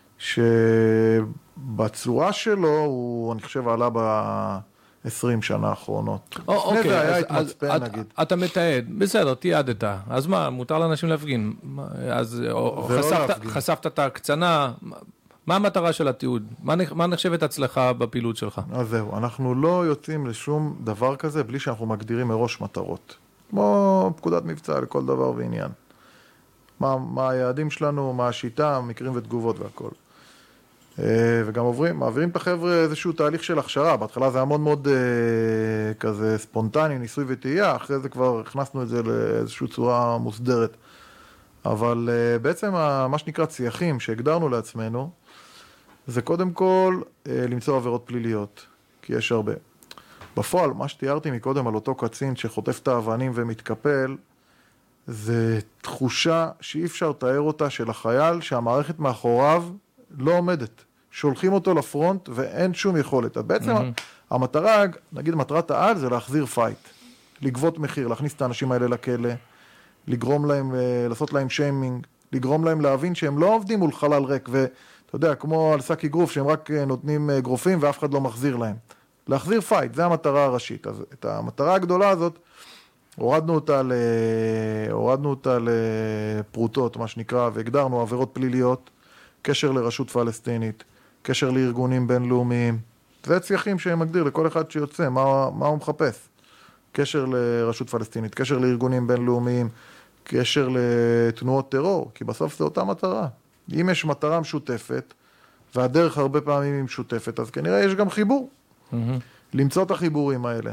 שבצורה שלו הוא, אני חושב, עלה ב-20 שנה האחרונות. לפני זה היה התמצפן, נגיד. אתה מתעד, בסדר, תיעדת. אז מה, מותר לאנשים להפגין? אז חשפת את ההקצנה, מה המטרה של התיעוד? מה נחשבת הצלחה בפעילות שלך? אז זהו, אנחנו לא יוצאים לשום דבר כזה בלי שאנחנו מגדירים מראש מטרות. כמו פקודת מבצע לכל דבר ועניין. מה היעדים שלנו, מה השיטה, מקרים ותגובות והכל. וגם מעבירים את החבר'ה איזשהו תהליך של הכשרה. בהתחלה זה היה מאוד מאוד כזה ספונטני, ניסוי וטעייה, אחרי זה כבר הכנסנו את זה לאיזושהי צורה מוסדרת. אבל בעצם מה שנקרא צייחים שהגדרנו לעצמנו, זה קודם כל למצוא עבירות פליליות, כי יש הרבה. בפועל, מה שתיארתי מקודם על אותו קצין שחוטף את האבנים ומתקפל, זה תחושה שאי אפשר לתאר אותה של החייל שהמערכת מאחוריו לא עומדת. שולחים אותו לפרונט ואין שום יכולת. אז בעצם המטרה, נגיד מטרת העל, זה להחזיר פייט. לגבות מחיר, להכניס את האנשים האלה לכלא, לגרום להם, לעשות להם שיימינג, לגרום להם להבין שהם לא עובדים מול חלל ריק, ואתה יודע, כמו על סק אגרוף, שהם רק נותנים גרופים ואף אחד לא מחזיר להם. להחזיר פייט, זה המטרה הראשית. אז את המטרה הגדולה הזאת, הורדנו אותה לפרוטות, מה שנקרא, והגדרנו עבירות פליליות, קשר לרשות פלסטינית, קשר לארגונים בינלאומיים. זה צייחים שמגדיר לכל אחד שיוצא, מה הוא מחפש. קשר לרשות פלסטינית, קשר לארגונים בינלאומיים, קשר לתנועות טרור, כי בסוף זה אותה מטרה. אם יש מטרה משותפת, והדרך הרבה פעמים היא משותפת, אז כנראה יש גם חיבור. למצוא את החיבורים האלה.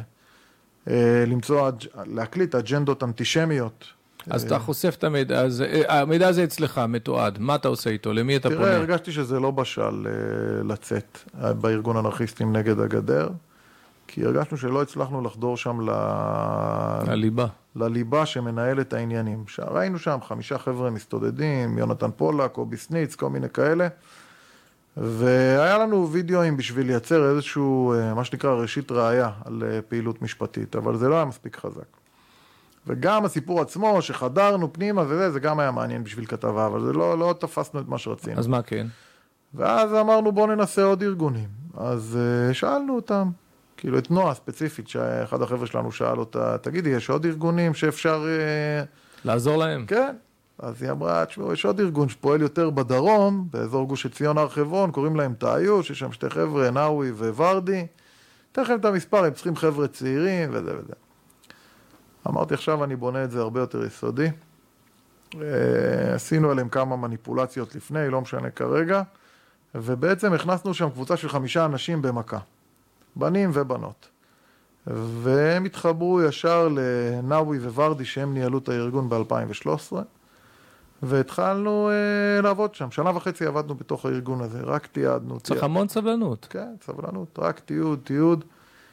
להקליט אג'נדות אנטישמיות. אז אתה חושף את המידע הזה, המידע הזה אצלך, מתועד, מה אתה עושה איתו? למי אתה פונה? תראה, הרגשתי שזה לא בשל לצאת בארגון אנרכיסטים נגד הגדר, כי הרגשנו שלא הצלחנו לחדור שם לליבה שמנהל את העניינים. ראינו שם 5 חבר'ה מסתודדים, יונתן פולק, קובי סניץ, כל מיני כאלה, והיה לנו וידאוים בשביל לייצר איזשהו, מה שנקרא, ראשית ראיה על פעילות משפטית, אבל זה לא היה מספיק חזק. וגם הסיפור עצמו שחדרנו פנימה וזה, זה גם היה מעניין בשביל כתבה, אבל זה לא תפסנו את מה שרצינו. אז מה כן? ואז אמרנו בוא ננסה עוד ארגונים. אז שאלנו אותם, כאילו את נועה ספציפית, שאחד החבר'ה שלנו שאל אותה, תגידי, יש עוד ארגונים שאפשר... לעזור להם? כן. אז היא אמרה, תשמעו, יש עוד ארגון שפועל יותר בדרום, באזור גוש עציון הר חברון, קוראים להם תאיוש, יש שם 2 חבר'ה, נאווי וורדי. אתן לכם את המספר, הם צריכים חבר'ה צעירים וזה וזה. אמרתי, עכשיו אני בונה את זה הרבה יותר יסודי. עשינו עליהם כמה מניפולציות לפני, לא משנה כרגע. ובעצם הכנסנו שם קבוצה של 5 אנשים במכה, בנים ובנות. והם התחברו ישר לנאווי וורדי, שהם ניהלו את הארגון ב-2013, והתחלנו לעבוד שם. 1.5 שנה עבדנו בתוך הארגון הזה, רק תיעדנו. צריך המון סבלנות. כן, סבלנות, רק תיעוד.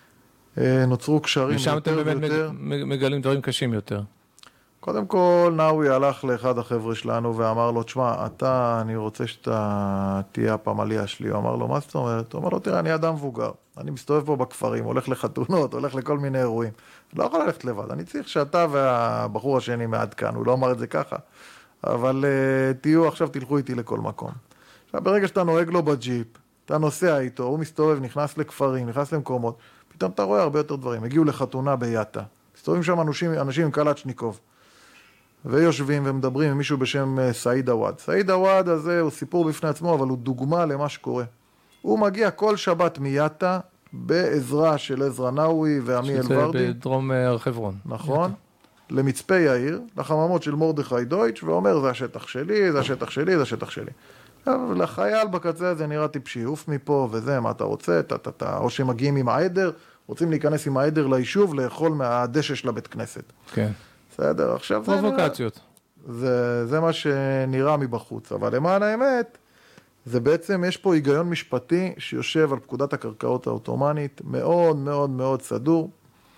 נוצרו קשרים יותר ויותר. ושם אתם באמת מגלים דברים קשים יותר. קודם כל, נאווי הלך לאחד החבר'ה שלנו ואמר לו, תשמע, אני רוצה שאתה תהיה הפמליה שלי. הוא אמר לו, מה זאת אומרת? הוא אמר לו, תראה, אני אדם מבוגר. אני מסתובב פה בכפרים, הולך לחתונות, הולך לכל מיני אירועים. לא יכול ללכת לבד. אני צריך שאתה והבחור השני מעד כאן. הוא לא אמר את זה ככה. אבל עכשיו תלכו איתי לכל מקום. עכשיו, ברגע שאתה נוהג לו בג'יפ, אתה נוסע איתו, הוא מסתובב, נכנס לכפרים, נכנס למקומות, פתאום אתה רואה הרבה יותר דברים. הגיעו לחתונה ביאטה. מסתובבים שם אנשים עם קלצ'ניקוב. ויושבים ומדברים עם מישהו בשם סעיד עווד. סעיד עווד הזה הוא סיפור בפני עצמו, אבל הוא דוגמה למה שקורה. הוא מגיע כל שבת מיאטה, בעזרה של עזרא נאווי ועמיאל ורדי. שזה בדרום הר חברון. נכון. למצפה יאיר, לחממות של מרדכי דויטש, ואומר, זה השטח שלי, זה השטח שלי, זה השטח שלי. לחייל בקצה הזה נראה טיפשי, עוף מפה וזה, מה אתה רוצה, או שמגיעים עם העדר, רוצים להיכנס עם העדר ליישוב, לאכול מהדשא של הבית כנסת. כן. בסדר, עכשיו פרובוקציות. זה מה שנראה מבחוץ, אבל למען האמת, זה בעצם, יש פה היגיון משפטי שיושב על פקודת הקרקעות העות'מאנית, מאוד מאוד מאוד סדור.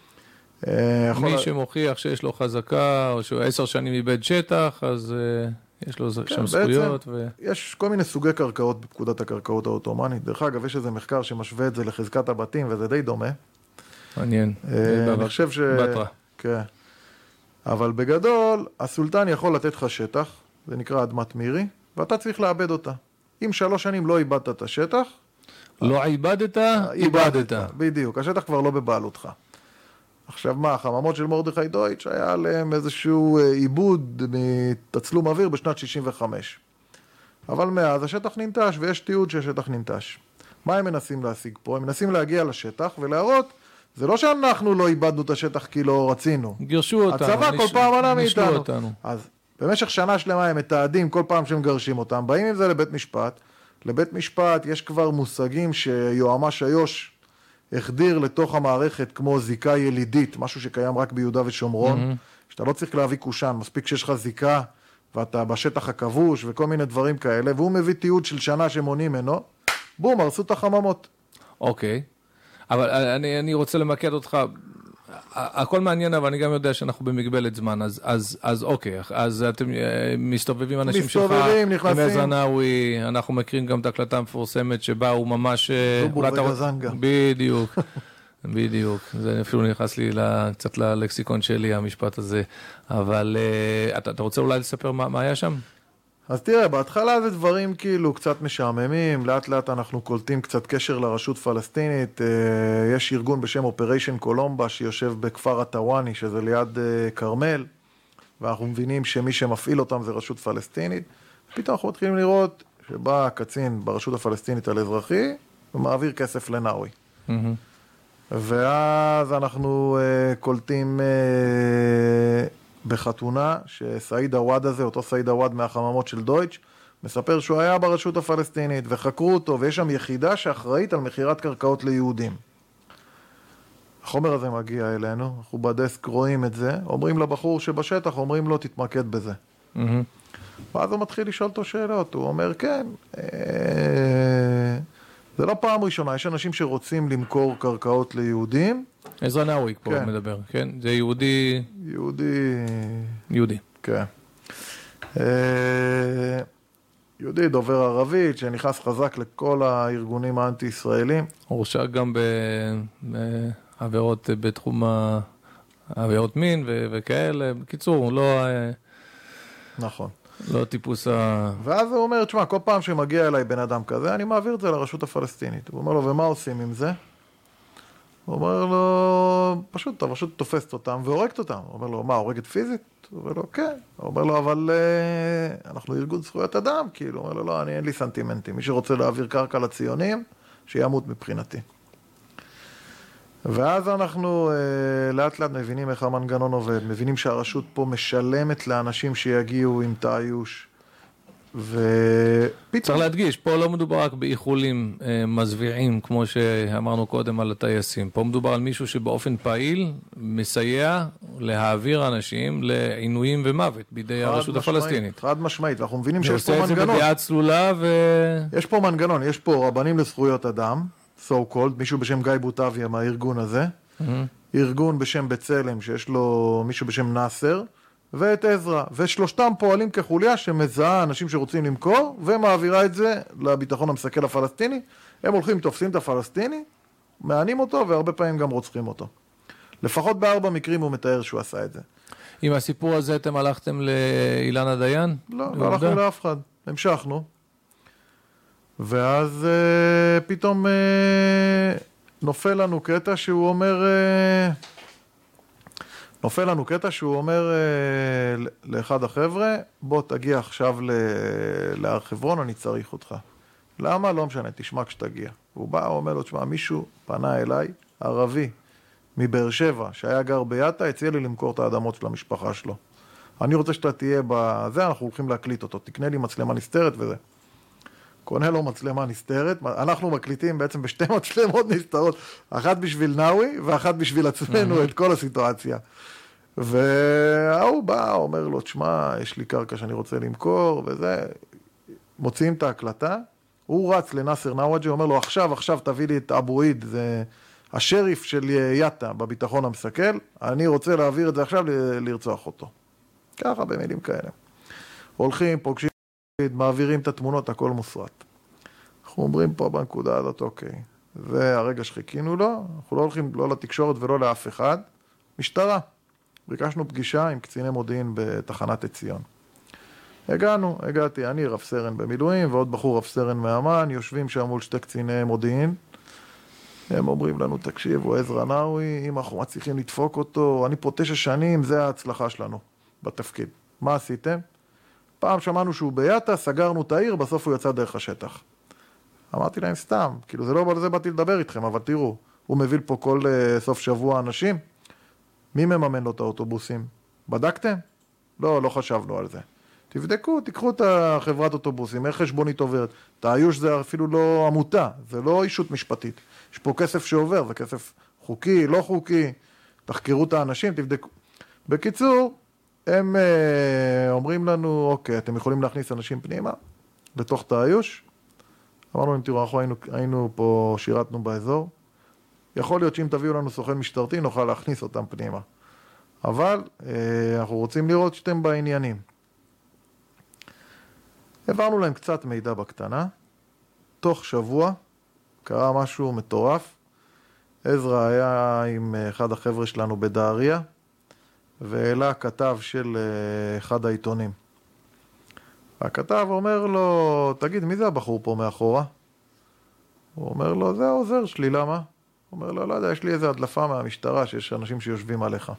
מי שמוכיח שיש לו חזקה, או שהוא 10 שנים איבד שטח, אז יש לו שם זכויות. יש כל מיני סוגי קרקעות בפקודת הקרקעות העות'מאנית. דרך אגב, יש איזה מחקר שמשווה את זה לחזקת הבתים, וזה די דומה. מעניין. אני חושב בטרה. כן. אבל בגדול, הסולטן יכול לתת לך שטח, זה נקרא אדמת מירי, ואתה צריך לאבד אותה. אם 3 שנים לא איבדת את השטח... לא איבדת, איבדת. בדיוק, השטח כבר לא בבעלותך. עכשיו מה, החממות של מרדכי דויטש היה עליהם איזשהו עיבוד מתצלום אוויר בשנת 65. אבל מאז השטח ננטש, ויש תיעוד שהשטח ננטש. מה הם מנסים להשיג פה? הם מנסים להגיע לשטח ולהראות, זה לא שאנחנו לא איבדנו את השטח כי לא רצינו. גירשו אותנו. הצבא כל פעם מנע מאיתנו. אז במשך שנה שלמה הם מתעדים כל פעם שהם גרשים אותם, באים עם זה לבית משפט. לבית משפט יש כבר מושגים שיועמ"ש איו"ש החדיר לתוך המערכת כמו זיקה ילידית, משהו שקיים רק ביהודה ושומרון, שאתה לא צריך להביא קושן, מספיק שיש לך זיקה ואתה בשטח הכבוש וכל מיני דברים כאלה, והוא מביא תיעוד של שנה שמונים ממנו, בום, הרסו את החממות. אוקיי, אבל אני רוצה למקד אותך, הכל מעניין, אבל אני גם יודע שאנחנו במגבלת זמן, אז אוקיי, אז אתם מסתובבים אנשים שלך, עם עזרא נאווי, אנחנו מכירים גם את ההקלטה המפורסמת שבה הוא ממש... דובור וגזנגה. בדיוק, זה אפילו נכנס לי קצת ללקסיקון שלי, המשפט הזה, אבל אתה רוצה אולי לספר מה היה שם? אז תראה, בהתחלה זה דברים כאילו קצת משעממים, לאט לאט אנחנו קולטים קצת קשר לרשות פלסטינית, יש ארגון בשם אופריישן קולומבה שיושב בכפר הטוואני, שזה ליד קרמל, ואנחנו מבינים שמי שמפעיל אותם זה רשות פלסטינית, פתאום אנחנו מתחילים לראות שבא קצין ברשות הפלסטינית על אזרחי, ומעביר כסף לנאווי. ואז אנחנו קולטים... בחתונה, שסעיד עווד הזה, אותו סעיד עווד מהחממות של דויטש, מספר שהוא היה ברשות הפלסטינית, וחקרו אותו, ויש שם יחידה שאחראית על מחירת קרקעות ליהודים. החומר הזה מגיע אלינו, אנחנו בדסק רואים את זה, אומרים לבחור שבשטח, אומרים לו, תתמקד בזה. ואז הוא מתחיל לשאול אותו שאלות, הוא אומר, כן, זה לא פעם ראשונה, יש אנשים שרוצים למכור קרקעות ליהודים. עזרא נאווי פה מדבר, כן? זה יהודי... יהודי. כן. יהודי דובר ערבית, שנכנס חזק לכל הארגונים האנטי-ישראלים. הוא הורשע גם בעבירות בתחום עבירות מין וכאלה. בקיצור, הוא לא... נכון. לא טיפוס ואז הוא אומר, תשמע, כל פעם שמגיע אליי בן אדם כזה, אני מעביר את זה לרשות הפלסטינית. הוא אומר לו, ומה עושים עם זה? הוא אומר לו, פשוט, אתה פשוט תופסת אותם והורגת אותם. הוא אומר לו, מה, הורגת פיזית? הוא אומר לו, כן. הוא אומר לו, אבל אנחנו ארגון זכויות אדם, כאילו. הוא אומר לו, לא, אין לי סנטימנטים. מי שרוצה להעביר קרקע לציונים, שימות מבחינתי. ואז אנחנו לאט לאט מבינים איך המנגנון עובד, מבינים שהרשות פה משלמת לאנשים שיגיעו עם תאיוש, ופתאום... צריך להדגיש, פה לא מדובר רק באיחולים מזוויעים, כמו שאמרנו קודם על הטייסים. פה מדובר על מישהו שבאופן פעיל מסייע להעביר אנשים לעינויים ומוות בידי הרשות הפלסטינית. חד משמעית, אנחנו מבינים שיש פה מנגנון. ועושה את זה בדעה צלולה יש פה מנגנון, יש פה רבנים לזכויות אדם, so called, מישהו בשם גיא בוטביה מהארגון הזה, ארגון בשם בצלם, שיש לו מישהו בשם נאסר, ואת עזרא, ושלושתם פועלים כחוליה שמזהה אנשים שרוצים למכור, ומעבירה את זה לביטחון המסכל הפלסטיני. הם הולכים, תופסים את הפלסטיני, מענים אותו, והרבה פעמים גם רוצחים אותו. לפחות ב4 מקרים הוא מתאר שהוא עשה את זה. עם הסיפור הזה אתם הלכתם לאילנה דיין? לא, לא הלכנו לאף אחד. המשכנו. ואז פתאום נופל לנו קטע שהוא אומר... לאחד החבר'ה, בוא תגיע עכשיו להר חברון, אני צריך אותך. למה? לא משנה, תשמע כשתגיע. הוא בא, הוא אומר לו, תשמע, מישהו פנה אליי, ערבי, מבאר שבע, שהיה גר ביאטה, הציע לי למכור את האדמות של המשפחה שלו. אני רוצה שאתה תהיה בזה, אנחנו הולכים להקליט אותו, תקנה לי מצלמה נסתרת וזה. קונה לו מצלמה נסתרת, אנחנו מקליטים בעצם בשתי מצלמות נסתרות, אחת בשביל נאווי ואחת בשביל עצמנו את כל הסיטואציה. והוא בא, אומר לו, תשמע, יש לי קרקע שאני רוצה למכור וזה, מוציאים את ההקלטה, הוא רץ לנאסר נאוואג'ה, אומר לו, עכשיו תביא לי את אבו עיד, זה השריף של יאטה בביטחון המסכל, אני רוצה להעביר את זה עכשיו לרצוח אותו. ככה במילים כאלה. הולכים, פוגשים, מעבירים את התמונות, הכל מוסרט. אנחנו אומרים פה בנקודה הזאת, אוקיי, זה הרגע שחיכינו לו, אנחנו לא הולכים לא לתקשורת ולא לאף אחד, משטרה. ביקשנו פגישה עם קציני מודיעין בתחנת עציון. הגעתי, אני רב סרן במילואים, ועוד בחור רב סרן מאמן, יושבים שם מול שתי קציני מודיעין, הם אומרים לנו, תקשיבו, עזרא נאווי, אם אנחנו מצליחים לדפוק אותו, אני פה 9 שנים, זה ההצלחה שלנו בתפקיד. מה עשיתם? פעם שמענו שהוא ביאטה, סגרנו את העיר, בסוף הוא יצא דרך השטח. אמרתי להם סתם, כאילו זה לא על זה באתי לדבר איתכם, אבל תראו, הוא מביא פה כל סוף שבוע אנשים, מי מממן לו את האוטובוסים? בדקתם? לא חשבנו על זה. תבדקו, תיקחו את החברת אוטובוסים, איך חשבונית עוברת. תאיוש זה אפילו לא עמותה, זה לא אישות משפטית. יש פה כסף שעובר, זה כסף חוקי, לא חוקי, תחקרו את האנשים, תבדקו. בקיצור, הם אומרים לנו, אוקיי, אתם יכולים להכניס אנשים פנימה, לתוך תאיוש. אמרנו להם, תראו, אנחנו היינו פה, שירתנו באזור. יכול להיות שאם תביאו לנו סוכן משטרתי, נוכל להכניס אותם פנימה. אבל אנחנו רוצים לראות שאתם בעניינים. העברנו להם קצת מידע בקטנה. תוך שבוע קרה משהו מטורף. עזרא היה עם אחד החבר'ה שלנו בדהריה, והעלה כתב של אחד העיתונים. הכתב אומר לו, תגיד, מי זה הבחור פה מאחורה? הוא אומר לו, זה העוזר שלי, למה? הוא אומר לו, לא יודע, יש לי איזו הדלפה מהמשטרה שיש אנשים שיושבים עליך.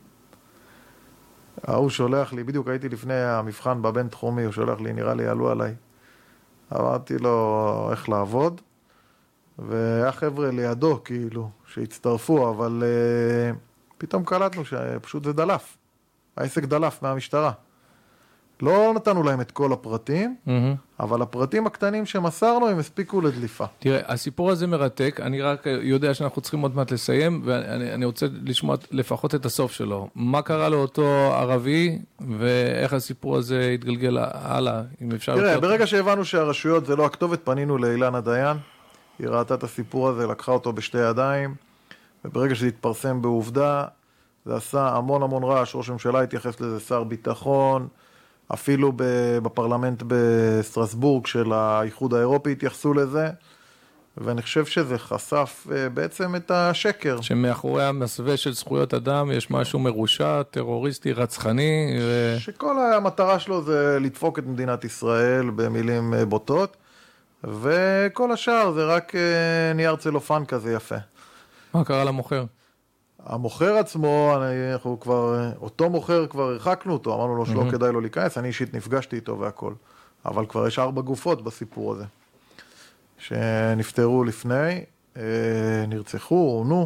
הוא שולח לי, בדיוק הייתי לפני המבחן בבין תחומי, הוא שולח לי, נראה לי, עלו עליי. אמרתי לו איך לעבוד, והיה חבר'ה לידו, כאילו, שהצטרפו, אבל פתאום קלטנו שפשוט זה דלף. העסק דלף מהמשטרה. לא נתנו להם את כל הפרטים, אבל הפרטים הקטנים שמסרנו הם הספיקו לדליפה. תראה, הסיפור הזה מרתק, אני רק יודע שאנחנו צריכים עוד מעט לסיים, ואני רוצה לשמוע לפחות את הסוף שלו. מה קרה לאותו ערבי, ואיך הסיפור הזה התגלגל הלאה, אם אפשר... תראה, ברגע שהבנו שהרשויות זה לא הכתובת, פנינו לאילנה דיין, היא ראתה את הסיפור הזה, לקחה אותו בשתי ידיים, וברגע שזה התפרסם בעובדה, זה עשה המון רעש, ראש הממשלה התייחס לזה, שר ביטחון, אפילו בפרלמנט בסטרסבורג של האיחוד האירופי התייחסו לזה, ואני חושב שזה חשף בעצם את השקר. שמאחורי המסווה של זכויות אדם יש משהו מרושע, טרוריסטי, רצחני. שכל המטרה שלו זה לדפוק את מדינת ישראל במילים בוטות, וכל השאר זה רק נייר צלופן כזה יפה. מה קרה למוכר? המוכר עצמו, אותו מוכר כבר הרחקנו אותו, אמרנו לו שלא כדאי לו להיכנס, אני אישית נפגשתי איתו והכל. אבל כבר יש 4 גופות בסיפור הזה, שנפטרו לפני, נרצחו, עונו,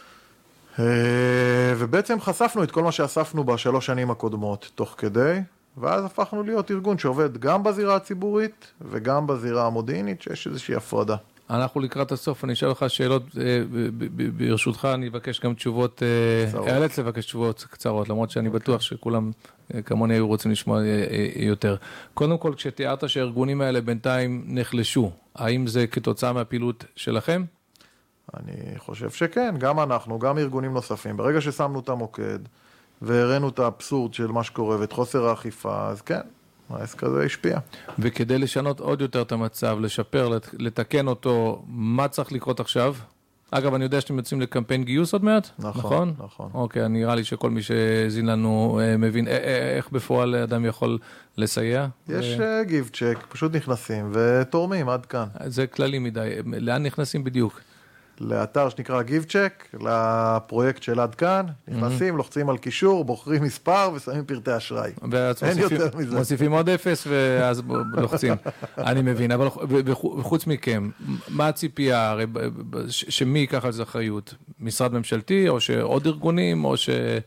ובעצם חשפנו את כל מה שאספנו ב3 שנים הקודמות, תוך כדי, ואז הפכנו להיות ארגון שעובד גם בזירה הציבורית וגם בזירה המודיעינית, שיש איזושהי הפרדה. אנחנו לקראת הסוף, אני אשאל לך שאלות, ברשותך אני אבקש גם תשובות, אאלץ לבקש תשובות קצרות, למרות שאני בטוח שכולם כמוני היו רוצים לשמוע יותר. קודם כל, כשתיארת שהארגונים האלה בינתיים נחלשו, האם זה כתוצאה מהפעילות שלכם? אני חושב שכן, גם אנחנו, גם ארגונים נוספים. ברגע ששמנו את המוקד והראינו את האבסורד של מה שקורה ואת חוסר האכיפה, אז כן, העסק הזה השפיע. וכדי לשנות עוד יותר את המצב, לשפר, לתקן אותו, מה צריך לקרות עכשיו? אגב, אני יודע שאתם יוצאים לקמפיין גיוס עוד מעט? נכון, נכון. אוקיי, נראה לי שכל מי שהזין לנו מבין איך בפועל אדם יכול לסייע. יש גיב צ'ק, פשוט נכנסים ותורמים עד כאן. זה כללי מדי. לאן נכנסים בדיוק? לאתר שנקרא גיב צ'ק, לפרויקט של עד כאן, נכנסים, לוחצים על קישור, בוחרים מספר ושמים פרטי אשראי. אין יותר מזה. מוסיפים עוד אפס ואז לוחצים. אני מבין, אבל חוץ מכם, מה הציפייה? הרי שמי ייקח על זה אחריות? משרד ממשלתי או שעוד ארגונים או ש...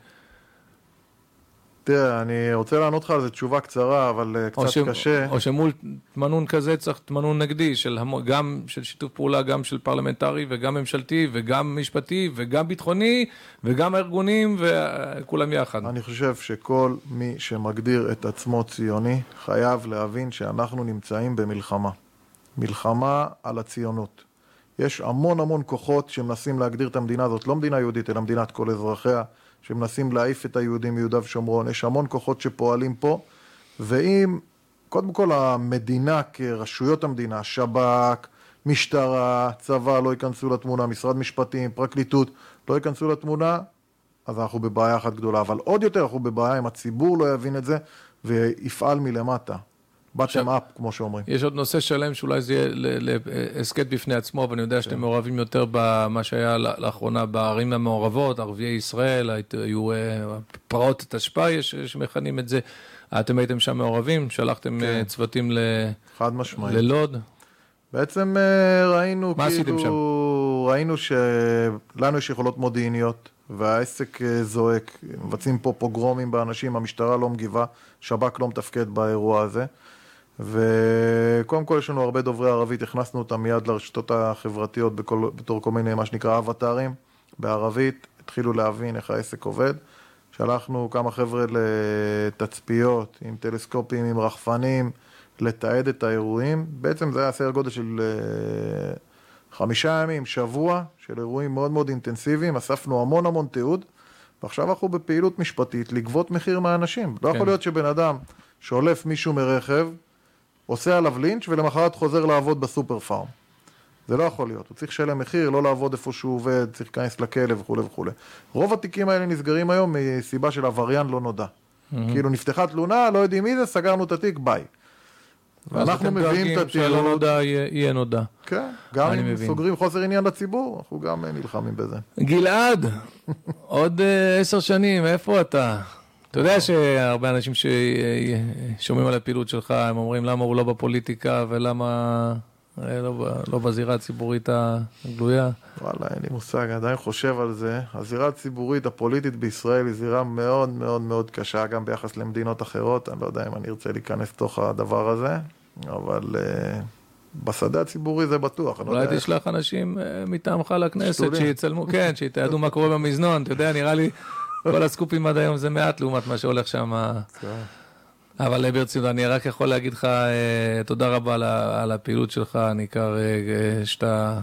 תראה, אני רוצה לענות לך על זה תשובה קצרה, אבל קצת קשה. או שמול תמנון כזה צריך תמנון נגדי, גם של שיתוף פעולה, גם של פרלמנטרי וגם ממשלתי וגם משפטי וגם ביטחוני וגם הארגונים וכולם יחד. אני חושב שכל מי שמגדיר את עצמו ציוני חייב להבין שאנחנו נמצאים במלחמה. מלחמה על הציונות. יש המון המון כוחות שמנסים להגדיר את המדינה הזאת, לא מדינה יהודית, אלא מדינת כל אזרחיה. שמנסים להעיף את היהודים מיהודה ושומרון. יש המון כוחות שפועלים פה, ואם קודם כל המדינה כרשויות המדינה, שב"כ, משטרה, צבא לא ייכנסו לתמונה, משרד משפטים, פרקליטות לא ייכנסו לתמונה, אז אנחנו בבעיה אחת גדולה. אבל עוד יותר אנחנו בבעיה אם הציבור לא יבין את זה ויפעל מלמטה. bottom up, כמו שאומרים. יש עוד נושא שלם שאולי זה יהיה להסקט בפני עצמו, ואני יודע שאתם מעורבים יותר במה שהיה לאחרונה בערים המעורבות, ערביי ישראל, היו פרעות תשפ"א, שמכנים את זה. אתם הייתם שם מעורבים, שלחתם צוותים ללוד. בעצם ראינו, מה עשיתם שם? ראינו שלנו יש יכולות מודיעיניות, והעסק זועק, מבצעים פה פוגרומים באנשים, המשטרה לא מגיבה, שב"כ לא מתפקד באירוע הזה. וקודם כל יש לנו הרבה דוברי ערבית, הכנסנו אותם מיד לרשתות החברתיות בתור כל מיני מה שנקרא אבטרים בערבית, התחילו להבין איך העסק עובד. שלחנו כמה חבר'ה לתצפיות עם טלסקופים, עם רחפנים, לתעד את האירועים. בעצם זה היה סדר גודל של 5 ימים, שבוע של אירועים מאוד מאוד אינטנסיביים, אספנו המון המון תיעוד, ועכשיו אנחנו בפעילות משפטית לגבות מחיר מהאנשים. לא יכול להיות שבן אדם שולף מישהו מרכב, עושה עליו לינץ' ולמחרת חוזר לעבוד בסופר פארם. זה לא יכול להיות. הוא צריך לשלם מחיר, לא לעבוד איפה שהוא עובד, צריך להיכנס לכלא וכו' וכו'. רוב התיקים האלה נסגרים היום מסיבה של עבריין לא נודע. כאילו נפתחה תלונה, לא יודעים מי זה, סגרנו את התיק, ביי. ואנחנו מביאים את התיעוד. שלא נודע יהיה נודע. כן, גם אם סוגרים חוסר עניין לציבור, אנחנו גם נלחמים בזה. גלעד, עוד 10 שנים, איפה אתה? אתה יודע שהרבה אנשים ששומעים על הפעילות שלך, הם אומרים למה הוא לא בפוליטיקה ולמה לא בזירה הציבורית הגלויה. וואלה, אין לי מושג, עדיין חושב על זה. הזירה הציבורית, הפוליטית בישראל היא זירה מאוד מאוד מאוד קשה, גם ביחס למדינות אחרות. אני לא יודע אם אני ארצה להיכנס תוך הדבר הזה, אבל בשדה הציבורי זה בטוח. אולי תשלח אנשים מטעמך לכנסת שיצלמו, כן, שיתעדו מה קורה במזנון. אתה יודע, נראה לי כל הסקופים עד היום זה מעט לעומת מה שהולך שם. אבל ברצינות, אני רק יכול להגיד לך תודה רבה על הפעילות שלך, ניכר שאתה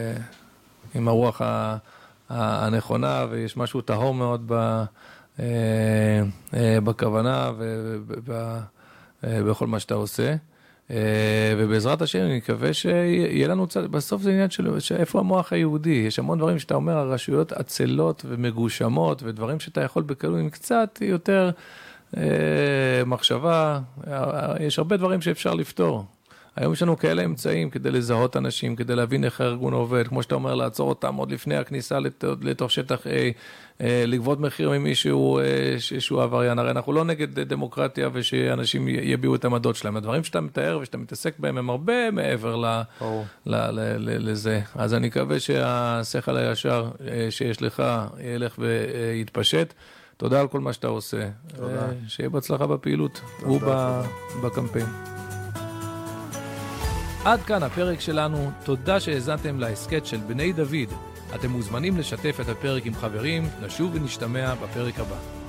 עם הרוח הנכונה, ויש משהו טהור מאוד בכוונה ובכל מה שאתה עושה. ובעזרת השם אני מקווה שיהיה לנו בסוף זה עניין של איפה המוח היהודי. יש המון דברים שאתה אומר, הרשויות עצלות ומגושמות, ודברים שאתה יכול בקלות עם קצת יותר מחשבה, יש הרבה דברים שאפשר לפתור. היום יש לנו כאלה אמצעים כדי לזהות אנשים, כדי להבין איך הארגון עובד, כמו שאתה אומר, לעצור אותם עוד לפני הכניסה לתוך שטח A, לגבות מחיר ממישהו שהוא עבריין. הרי אנחנו לא נגד דמוקרטיה ושאנשים יביעו את העמדות שלהם. הדברים שאתה מתאר ושאתה מתעסק בהם הם הרבה מעבר לזה. אז אני מקווה שהשכל הישר שיש לך ילך ויתפשט. תודה על כל מה שאתה עושה. תודה. שיהיה בהצלחה בפעילות ובקמפיין. עד כאן הפרק שלנו. תודה שהאזנתם להסכת של בני דוד. אתם מוזמנים לשתף את הפרק עם חברים. נשוב ונשתמע בפרק הבא.